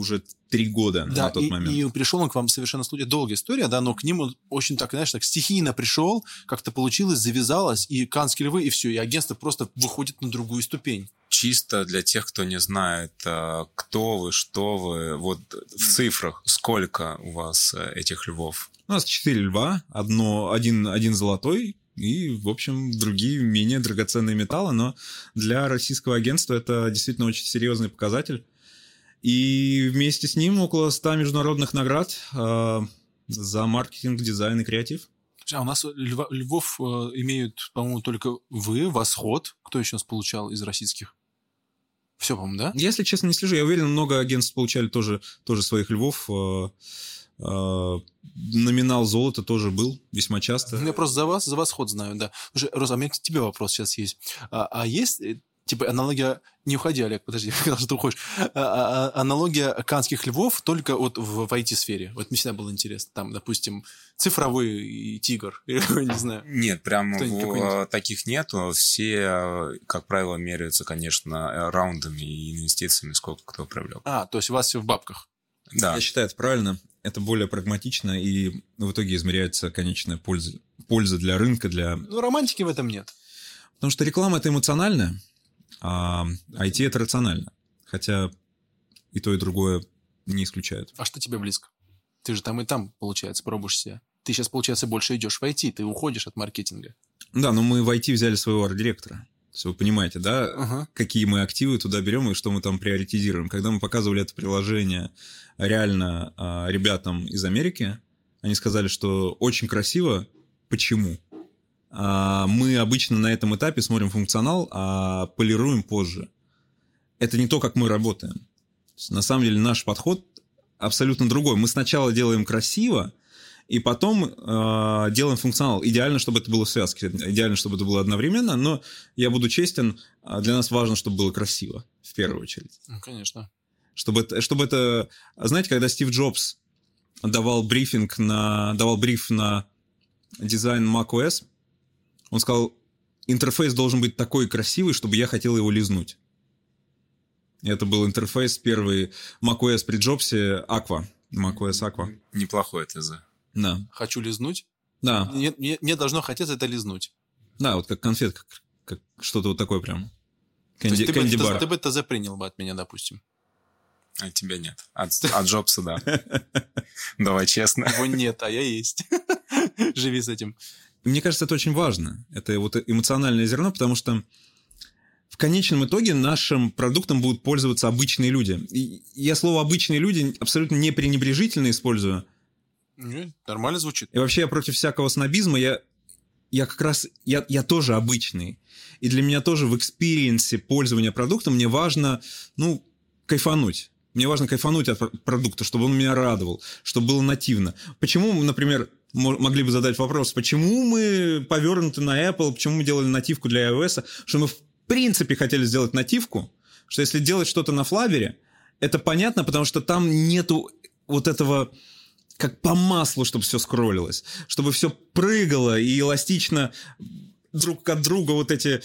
3 года Да, на тот момент. И пришел он к вам совершенно студия. Долгая история, да, но к ним он очень так, знаешь, так стихийно пришел, как-то получилось, завязалось, и Каннские львы, и все, и агентство просто выходит на другую ступень. Чисто для тех, кто не знает, кто вы, что вы, вот в цифрах, сколько у вас этих львов? У нас 4 льва, один золотой, и, в общем, другие менее драгоценные металлы, но для российского агентства это действительно очень серьезный показатель. И вместе с ним около 100 международных наград за маркетинг, дизайн и креатив. А у нас львов имеют, по-моему, только вы, Восход. Кто еще у нас получал из российских? Все, по-моему, да? Если честно, не слежу. Я уверен, много агентств получали тоже своих львов. Номинал золота тоже был весьма часто. Я просто за Восход знаю, да. Слушай, Роза, у меня к тебе вопрос сейчас есть. А есть... Типа аналогия... Не уходи, Олег, подожди, когда же ты уходишь. Аналогия Каннских львов только вот в IT-сфере. Вот мне всегда было интересно. Там, допустим, цифровой тигр. Не знаю. Нет, прям таких нету. Все, как правило, меряются, конечно, раундами и инвестициями, сколько кто привлек. То есть у вас все в бабках. Да. Я считаю, это правильно. Это более прагматично, и в итоге измеряется конечная польза. Польза для рынка, для... Ну, романтики в этом нет. Потому что реклама – это эмоционально, а IT – это рационально. Хотя и то, и другое не исключают. А что тебе близко? Ты же там и там, получается, пробуешь себя. Ты сейчас, получается, больше идешь в IT, ты уходишь от маркетинга. Да, но мы в IT взяли своего арт-директора. То есть вы понимаете, да, какие мы активы туда берем и что мы там приоритизируем. Когда мы показывали это приложение реально ребятам из Америки, они сказали, что очень красиво. Почему? Мы обычно на этом этапе смотрим функционал, а полируем позже. Это не то, как мы работаем. На самом деле наш подход абсолютно другой. Мы сначала делаем красиво, и потом делаем функционал. Идеально, чтобы это было в связке, идеально, чтобы это было одновременно, но я буду честен, для нас важно, чтобы было красиво, в первую очередь. Ну, конечно. Чтобы это... Знаете, когда Стив Джобс давал бриф на дизайн macOS, он сказал, интерфейс должен быть такой красивый, чтобы я хотел его лизнуть. Это был интерфейс первый macOS при Джобсе Aqua. macOS Aqua. Неплохой ТЗ. Да. Хочу лизнуть. Да. Мне должно хотеться это лизнуть. Да, вот как конфетка, как что-то вот такое прям. Кэнди-бар. Ты бы ТЗ принял бы от меня, допустим. А тебя нет. От Джобса, да. Давай честно. Его нет, а я есть. Живи с этим. Мне кажется, это очень важно. Это вот эмоциональное зерно, потому что в конечном итоге нашим продуктом будут пользоваться обычные люди. И я слово «обычные люди» абсолютно не пренебрежительно использую. Нормально звучит. И вообще я против всякого снобизма. Я как раз... Я тоже обычный. И для меня тоже в экспириенсе пользования продуктом мне важно, кайфануть. Мне важно кайфануть от продукта, чтобы он меня радовал, чтобы было нативно. Почему, например, могли бы задать вопрос, почему мы повернуты на Apple, почему мы делали нативку для iOS, что мы в принципе хотели сделать нативку, что если делать что-то на Flutter, это понятно, потому что там нету вот этого как по маслу, чтобы все скроллилось, чтобы все прыгало и эластично друг от друга вот эти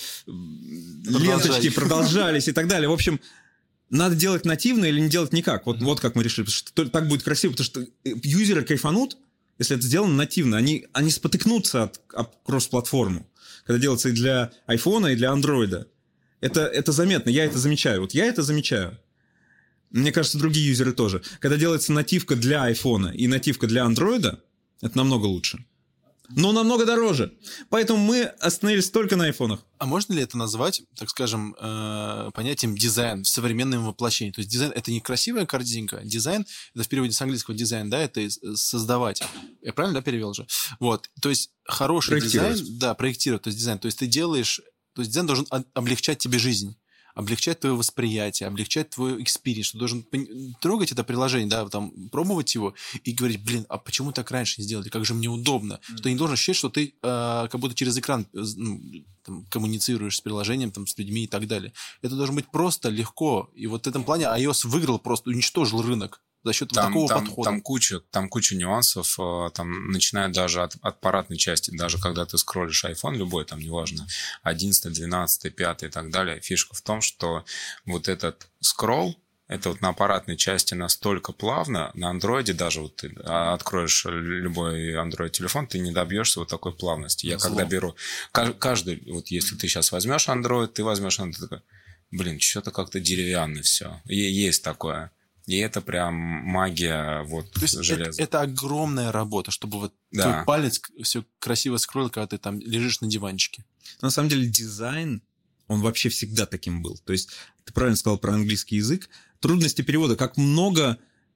ленточки продолжались и так далее. В общем, надо делать нативно или не делать никак. Вот как мы решили. Потому что так будет красиво, потому что юзеры кайфанут, если это сделано нативно. Они спотыкнутся об кросс-платформу, когда делается и для iPhone, и для Android. Это заметно, я это замечаю. Вот я это замечаю. Мне кажется, другие юзеры тоже. Когда делается нативка для iPhone и нативка для Android, это намного лучше. Но намного дороже. Поэтому мы остановились только на айфонах. А можно ли это назвать, так скажем, понятием дизайн в современном воплощении? То есть дизайн – это не красивая картинка. Дизайн – это в переводе с английского дизайн, да, это создавать. Я правильно, перевел же? Вот. То есть хороший дизайн, да, проектировать, то есть дизайн. То есть ты делаешь, то есть дизайн должен облегчать тебе жизнь, облегчать твое восприятие, облегчать твой экспириенс. Ты должен трогать это приложение, да, там, пробовать его и говорить, а почему так раньше не сделали? Как же мне удобно. Что ты не должен ощущать, что ты как будто через экран там, коммуницируешь с приложением, там, с людьми и так далее. Это должно быть просто, легко. И вот в этом плане iOS выиграл, просто уничтожил рынок за счет такого подхода. Там куча нюансов, там, начиная даже от аппаратной части, даже когда ты скроллишь iPhone, любой, там, неважно, 11, 12, 5 и так далее, фишка в том, что вот этот скролл, Это вот на аппаратной части настолько плавно, на андроиде даже вот ты откроешь любой Android-телефон, ты не добьешься вот такой плавности. Я когда беру... Каждый, вот если ты сейчас возьмешь Android, ты возьмешь Android, ты такой, блин, что-то как-то деревянное все. Есть такое. И это прям магия вот железа. Это огромная работа, чтобы вот твой палец все красиво скроил, когда ты там лежишь на диванчике. На самом деле дизайн, он вообще всегда таким был. То есть ты правильно сказал про английский язык. Трудности перевода. Как много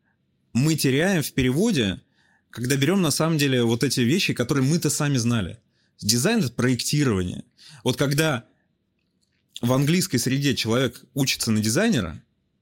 мы теряем в переводе, когда берем на самом деле вот эти вещи, которые мы-то сами знали. Дизайн – это проектирование. Вот когда в английской среде человек учится на дизайнера,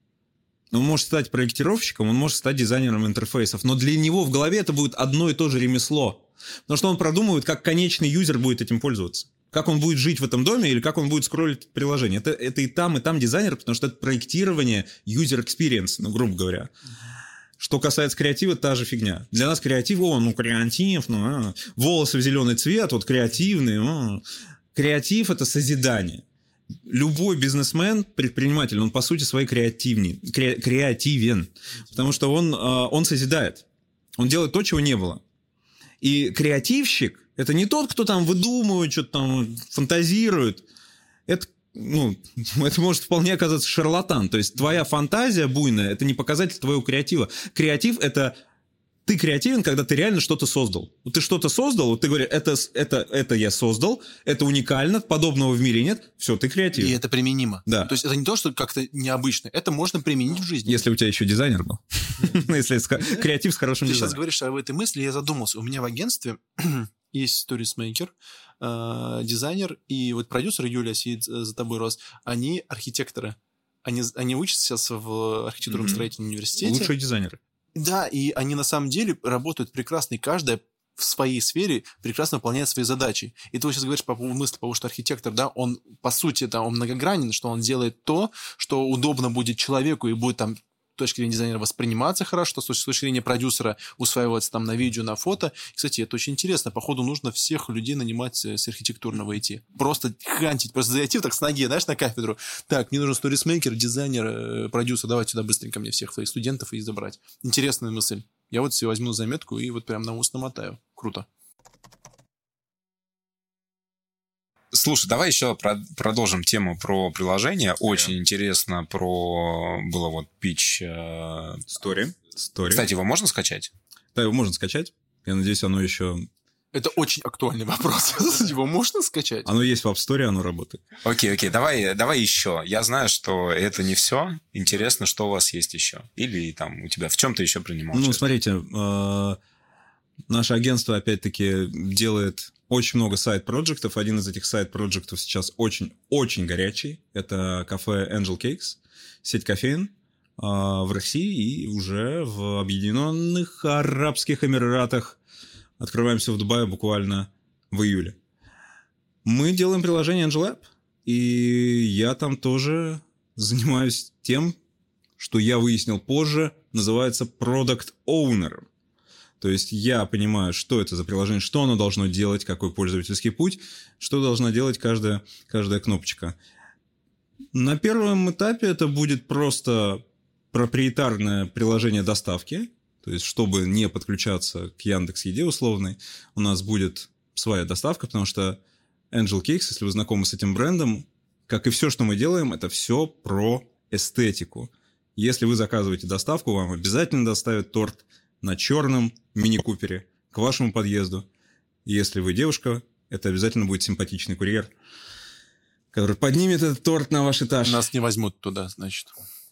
он может стать проектировщиком, он может стать дизайнером интерфейсов, но для него в голове это будет одно и то же ремесло. Потому что он продумывает, как конечный юзер будет этим пользоваться. Как он будет жить в этом доме или как он будет скроллить приложение. Это и там дизайнер, потому что это проектирование user experience, ну, грубо говоря. Что касается креатива, та же фигня. Для нас креатив, креатив, волосы в зеленый цвет, вот креативный. Креатив – это созидание. Любой бизнесмен, предприниматель, он по сути своей креативен. Потому что он созидает. Он делает то, чего не было. И креативщик – это не тот, кто там выдумывает, что-то там фантазирует. Это может вполне оказаться шарлатан. То есть твоя фантазия буйная – это не показатель твоего креатива. Креатив – это ты креативен, когда ты реально что-то создал. Ты что-то создал, вот ты говоришь, это я создал, это уникально, подобного в мире нет, все, ты креативен. И это применимо. Да. То есть это не то, что как-то необычно, это можно применить в жизни. Если у тебя еще дизайнер был. Если креатив с хорошим дизайном. Ты сейчас дизайном. говоришь об этой мысли, я задумался. У меня в агентстве есть сторисмейкер, дизайнер, и вот продюсер Юлия сидит за тобой, Рос, они архитекторы. Они учатся сейчас в архитектурном строительном университете. Лучшие дизайнеры. Да, и они на самом деле работают прекрасно, и каждая в своей сфере прекрасно выполняет свои задачи. И ты вот сейчас говоришь по мысли, потому что архитектор, да, он, по сути, да, он многогранен, что он делает то, что удобно будет человеку и будет там с точки зрения дизайнера восприниматься хорошо, с точки зрения продюсера усваиваться там на видео, на фото. И, кстати, это очень интересно. Походу, нужно всех людей нанимать с архитектурного идти. Просто хантить, просто зайти так с ноги, знаешь, на кафедру. Так, мне нужен сторисмейкер, дизайнер, продюсер. Давайте сюда быстренько мне всех своих студентов и забрать. Интересная мысль. Я вот себе возьму заметку и вот прям на ус намотаю. Круто. Слушай, давай еще продолжим тему про приложение. Очень интересно было вот pitch. Story. Кстати, его можно скачать? Да, его можно скачать. Я надеюсь, оно еще... Это очень актуальный вопрос. Его можно скачать? Оно есть в App Store, оно работает. Окей, давай еще. Я знаю, что это не все. Интересно, что у вас есть еще. Или там у тебя в чем-то еще принимал участие. Смотрите, наше агентство, опять-таки, делает очень много сайт-проджектов. Один из этих сайт-проджектов сейчас очень-очень горячий. Это кафе Angel Cakes, сеть кофеин в России и уже в Объединенных Арабских Эмиратах. Открываемся в Дубае буквально в июле. Мы делаем приложение Angel App, и я там тоже занимаюсь тем, что я выяснил позже, называется Product Owner. То есть я понимаю, что это за приложение, что оно должно делать, какой пользовательский путь, что должна делать каждая кнопочка. На первом этапе это будет просто проприетарное приложение доставки. То есть, чтобы не подключаться к Яндекс.Еде условной, у нас будет своя доставка, потому что Angel Cakes, если вы знакомы с этим брендом, как и все, что мы делаем, это все про эстетику. Если вы заказываете доставку, вам обязательно доставят торт на черном мини-купере к вашему подъезду. Если вы девушка, это обязательно будет симпатичный курьер, который поднимет этот торт на ваш этаж. Нас не возьмут туда, значит.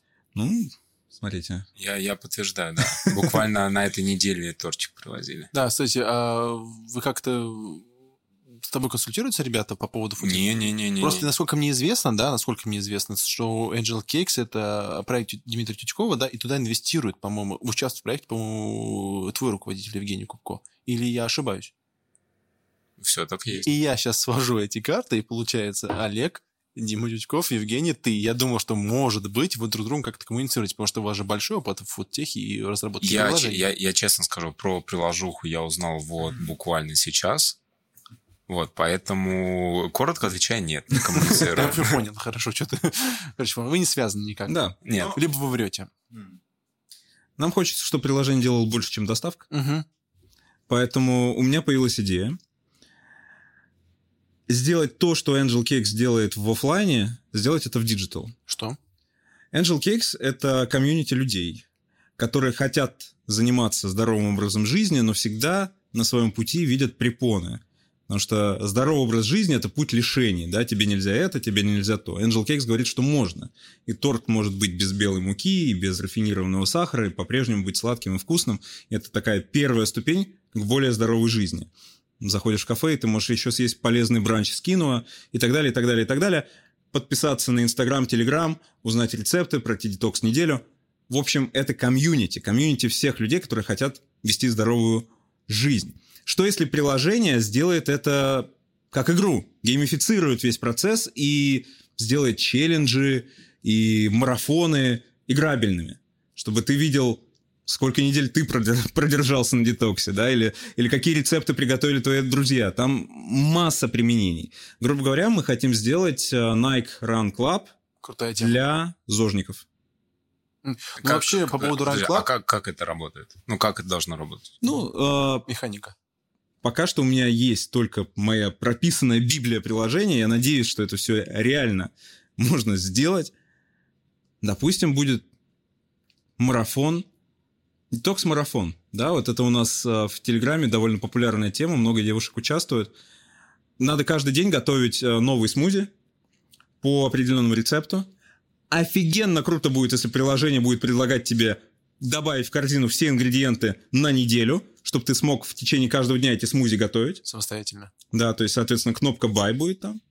Смотрите. Я подтверждаю, да. Буквально на этой неделе тортик привозили. Да, кстати, а вы как-то... С тобой консультируются ребята по поводу футбола? Не. Просто, насколько мне известно, что Angel Cakes — это проект Дмитрия Тютькова, да, и туда инвестирует, по-моему, участвует в проекте, по-моему, твой руководитель Евгений Кубко. Или я ошибаюсь? Все так есть. И я сейчас свожу эти карты, и получается Олег, Дима Тютьков, Евгений, ты. Я думал, что, может быть, вы друг другом как-то коммуницируете, потому что у вас же большой опыт в фудтехе и разработке приложений. Я честно скажу, про приложуху я узнал вот буквально сейчас. Вот, поэтому, коротко отвечая, нет, не Я коммуницирую. уже понял, хорошо, что-то... Короче, вы не связаны никак. Да. Нет. Либо вы врете. Нам хочется, чтобы приложение делало больше, чем доставка. Угу. Поэтому у меня появилась идея сделать то, что Angel Cakes делает в офлайне, сделать это в диджитал. Что? Angel Cakes — это комьюнити людей, которые хотят заниматься здоровым образом жизни, но всегда на своем пути видят препоны. Потому что здоровый образ жизни — это путь лишений. Да? Тебе нельзя это, тебе нельзя то. Angel Cakes говорит, что можно. И торт может быть без белой муки, и без рафинированного сахара, и по-прежнему быть сладким и вкусным. И это такая первая ступень к более здоровой жизни. Заходишь в кафе, и ты можешь еще съесть полезный бранч с киноа, и так далее, и так далее, и так далее. Подписаться на Инстаграм, Телеграм, узнать рецепты, пройти детокс неделю. В общем, это комьюнити всех людей, которые хотят вести здоровую жизнь. Что если приложение сделает это как игру, геймифицирует весь процесс и сделает челленджи и марафоны играбельными, чтобы ты видел, сколько недель ты продержался на детоксе, да, или какие рецепты приготовили твои друзья. Там масса применений. Грубо говоря, мы хотим сделать Nike Run Club Крутая тема. для зожников. Вообще, по поводу Run Club... как это работает? Ну, как это должно работать? Механика. Пока что у меня есть только моя прописанная библия приложения. Я надеюсь, что это все реально можно сделать. Допустим, будет марафон, детокс-марафон. Да, вот это у нас в Телеграме довольно популярная тема, много девушек участвуют. Надо каждый день готовить новый смузи по определенному рецепту. Офигенно круто будет, если приложение будет предлагать тебе добавить в корзину все ингредиенты на неделю, чтобы ты смог в течение каждого дня эти смузи готовить. Самостоятельно. Да, то есть, соответственно, кнопка «Buy» будет там.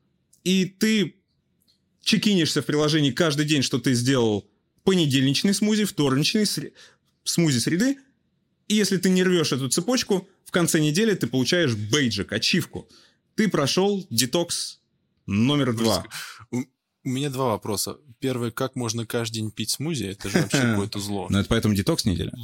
И ты чекинишься в приложении каждый день, что ты сделал понедельничный смузи, вторничный, смузи среды. И если ты не рвешь эту цепочку, в конце недели ты получаешь бейджик, ачивку. Ты прошел детокс номер 2. У меня два вопроса. Первый, как можно каждый день пить смузи? Это же вообще какое-то зло. Ну, это поэтому детокс неделя.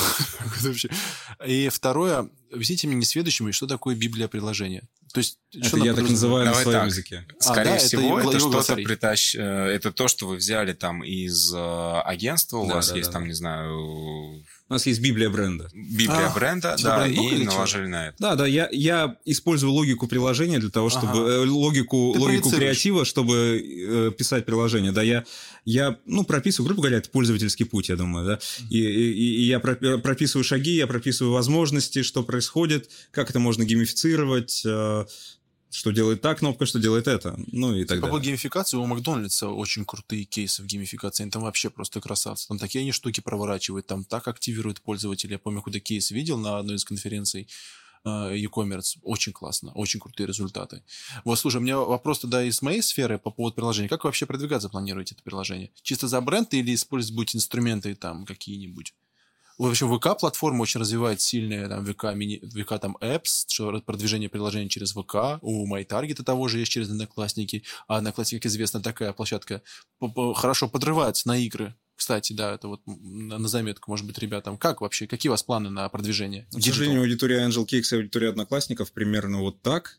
И второе, объясните мне несведущему, что такое Библия приложения? То есть, это я так называю на своем языке. Скорее всего, это что-то глоссарий. это то, что вы взяли там из агентства, у вас есть там, не знаю... У нас есть Библия бренда. Библия бренда, да, и наложили на это. Да, я использую логику приложения для того, чтобы... Логику креатива, чтобы писать приложение. Да, я прописываю, грубо говоря, это пользовательский путь, я думаю, да. И я прописываю шаги, я прописываю возможности, что происходит, как это можно геймифицировать, что делает та кнопка, что делает это, ну и так далее. По поводу геймификации у Макдональдса очень крутые кейсы в геймификации, они там вообще просто красавцы. Там такие они штуки проворачивают, там так активируют пользователя. Я помню, когда кейс видел на одной из конференций e-commerce. Очень классно, очень крутые результаты. Вот, слушай, у меня вопрос тогда из моей сферы по поводу приложения. Как вы вообще продвигаться планируете это приложение? Чисто за бренд или использовать будете инструменты там какие-нибудь? В общем, ВК-платформа очень развивает сильные там, ВК там apps, что продвижение приложений через ВК. У MyTarget того же есть через Одноклассники. А Одноклассники, как известно, такая площадка хорошо подрывается на игры. Кстати, да, это вот на заметку, может быть, ребятам. Как вообще? Какие у вас планы на продвижение? К сожалению, аудитория Angel Cakes и аудитория Одноклассников примерно вот так.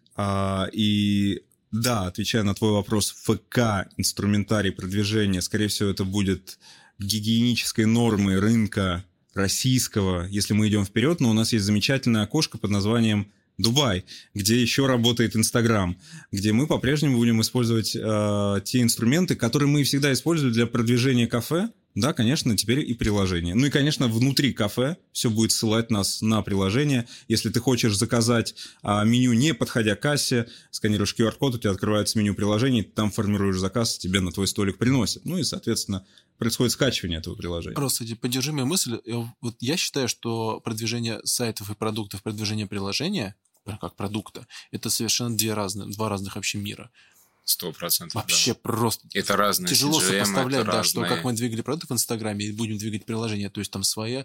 И да, отвечая на твой вопрос, ВК, инструментарий продвижения, скорее всего, это будет гигиенической нормой рынка российского, если мы идем вперед, но у нас есть замечательное окошко под названием Дубай, где еще работает Инстаграм, где мы по-прежнему будем использовать те инструменты, которые мы всегда использовали для продвижения кафе. Да, конечно, теперь и приложение. Ну и, конечно, внутри кафе все будет ссылать нас на приложение. Если ты хочешь заказать меню, не подходя к кассе, сканируешь QR-код, у тебя открывается меню приложений, ты там формируешь заказ, тебе на твой столик приносят. Ну и, соответственно, происходит скачивание этого приложения. Просто поддержи мою мысль. Вот я считаю, что продвижение сайтов и продуктов, продвижение приложения, как продукта, это совершенно два разных вообще мира. 100%. Вообще да. просто это разные тяжело CGM, сопоставлять, это да, разные... что как мы двигали продукт в Инстаграме и будем двигать приложение, то есть там свои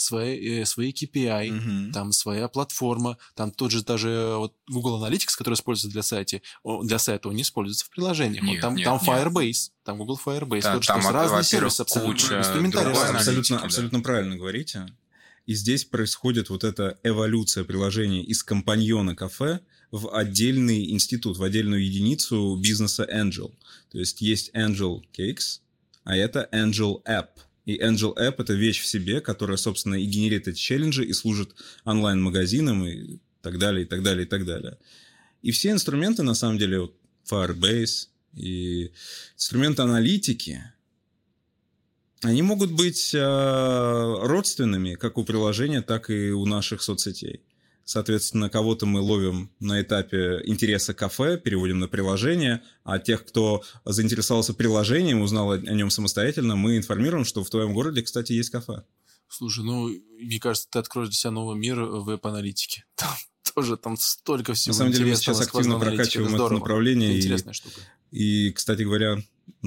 KPI, там своя платформа, там тот же даже вот Google Analytics, который используется для сайта, он не используется в приложениях. Нет, там Firebase, там Google Firebase, да, тот же там разные сервисы, абсолютно инструментарий. Абсолютно правильно говорите. И здесь происходит вот эта эволюция приложения из компаньона кафе в отдельный институт, в отдельную единицу бизнеса Angel. То есть Angel Cakes, а это Angel App. И Angel App — это вещь в себе, которая, собственно, и генерит эти челленджи, и служит онлайн-магазинам, и так далее, и так далее, и так далее. И все инструменты, на самом деле, вот Firebase и инструменты аналитики, они могут быть родственными как у приложения, так и у наших соцсетей. Соответственно, кого-то мы ловим на этапе интереса кафе, переводим на приложение, а тех, кто заинтересовался приложением, узнал о нем самостоятельно, мы информируем, что в твоем городе, кстати, есть кафе. Слушай, мне кажется, ты откроешь для себя новый мир веб-аналитики. Там тоже столько всего. На самом деле мы сейчас активно прокачиваем это направление. Интересная штука. И, кстати говоря,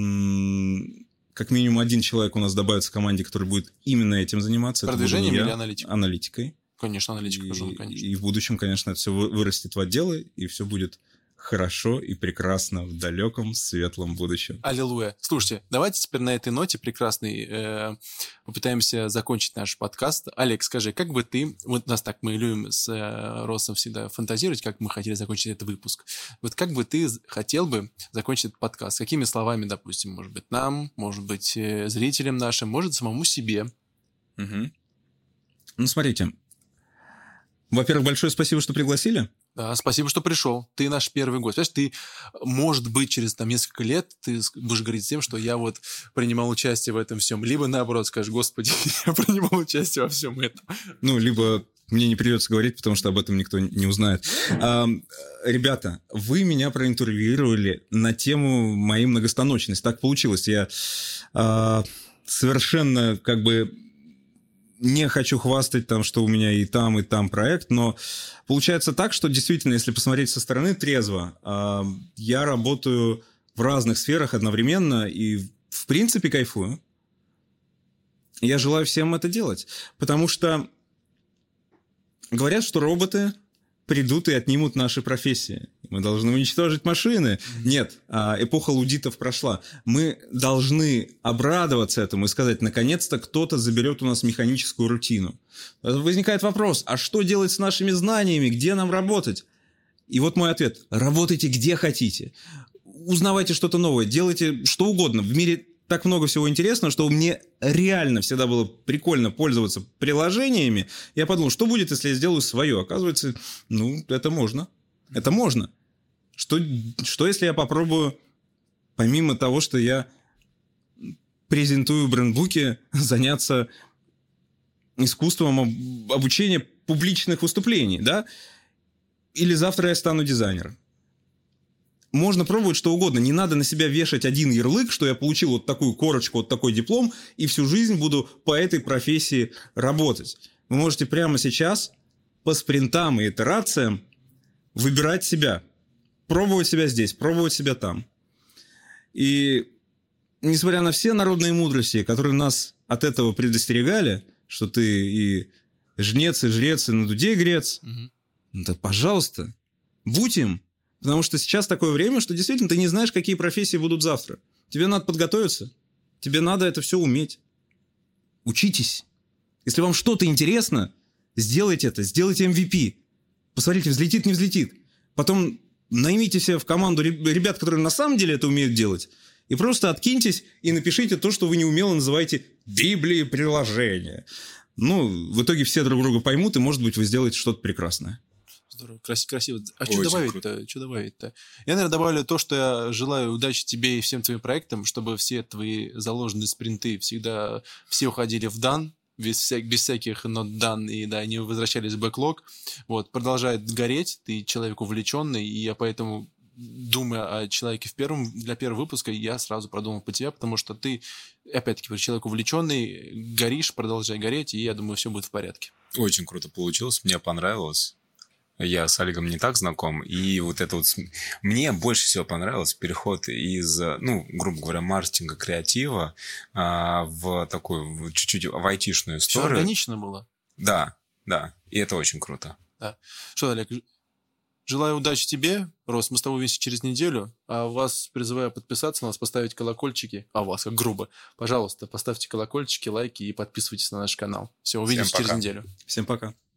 как минимум один человек у нас добавится в команде, который будет именно этим заниматься. Продвижением или аналитикой? Аналитикой. Конечно, аналитика нужна, конечно. И в будущем, конечно, это все вырастет в отделы, и все будет хорошо и прекрасно в далеком светлом будущем. Аллилуйя. Слушайте, давайте теперь на этой ноте прекрасной попытаемся закончить наш подкаст. Олег, скажи, как бы ты... Вот нас так мы любим с Россом всегда фантазировать, как мы хотели закончить этот выпуск. Вот как бы ты хотел бы закончить этот подкаст? Какими словами, допустим, может быть, нам, может быть, зрителям нашим, может, самому себе? Угу. Ну, смотрите. Во-первых, большое спасибо, что пригласили. Да, спасибо, что пришел. Ты наш первый гость. Понимаешь, ты, может быть, через несколько лет ты будешь говорить тем, что я вот принимал участие в этом всем. Либо, наоборот, скажешь, господи, я принимал участие во всем этом. Ну, либо мне не придется говорить, потому что об этом никто не узнает. Ребята, вы меня проинтервьюировали на тему моей многостаночности. Так получилось. Я совершенно как бы... Не хочу хвастать, там, что у меня и там проект, но получается так, что действительно, если посмотреть со стороны трезво, я работаю в разных сферах одновременно и, в принципе, кайфую. Я желаю всем это делать, потому что говорят, что роботы придут и отнимут наши профессии. Мы должны уничтожить машины. Нет, эпоха лудитов прошла. Мы должны обрадоваться этому и сказать, наконец-то кто-то заберет у нас механическую рутину. Возникает вопрос, а что делать с нашими знаниями? Где нам работать? И вот мой ответ. Работайте где хотите. Узнавайте что-то новое. Делайте что угодно. В мире так много всего интересного, что мне реально всегда было прикольно пользоваться приложениями. Я подумал, что будет, если я сделаю свое? Оказывается, это можно. Это можно. Что если я попробую, помимо того, что я презентую брендбуки, заняться искусством обучения публичных выступлений, да? Или завтра я стану дизайнером. Можно пробовать что угодно. Не надо на себя вешать один ярлык, что я получил вот такую корочку, вот такой диплом, и всю жизнь буду по этой профессии работать. Вы можете прямо сейчас по спринтам и итерациям выбирать себя. Пробовать себя здесь, пробовать себя там. И несмотря на все народные мудрости, которые нас от этого предостерегали, что ты и жнец, и жрец, и на дуде грец, да, пожалуйста, будь им. Потому что сейчас такое время, что действительно ты не знаешь, какие профессии будут завтра. Тебе надо подготовиться. Тебе надо это все уметь. Учитесь. Если вам что-то интересно, сделайте это. Сделайте MVP. Посмотрите, взлетит, не взлетит. Потом наймите себе в команду ребят, которые на самом деле это умеют делать. И просто откиньтесь и напишите то, что вы неумело называете Библией приложения. В итоге все друг друга поймут, и, может быть, вы сделаете что-то прекрасное. Здорово, красиво. А что добавить-то? Я, наверное, добавлю то, что я желаю удачи тебе и всем твоим проектам, чтобы все твои заложенные спринты всегда все уходили в дан, без всяких not done, и да, не возвращались в бэклог. Вот, продолжает гореть, ты человек увлеченный, и я поэтому, думая о человеке для первого выпуска, я сразу продумал по тебе, потому что ты, опять-таки, человек увлеченный, горишь, продолжай гореть, и я думаю, все будет в порядке. Очень круто получилось, мне понравилось. Я с Олегом не так знаком, и вот это вот... Мне больше всего понравился переход из, грубо говоря, маркетинга, креатива в такую чуть-чуть в айтишную историю. Все органично было. Да, и это очень круто. Да. Что, Олег, Желаю удачи тебе, Рос. Мы с тобой увидимся через неделю. А вас призываю подписаться на нас, поставить колокольчики. А вас, как грубо. Пожалуйста, поставьте колокольчики, лайки и подписывайтесь на наш канал. Все, увидимся через неделю. Всем пока.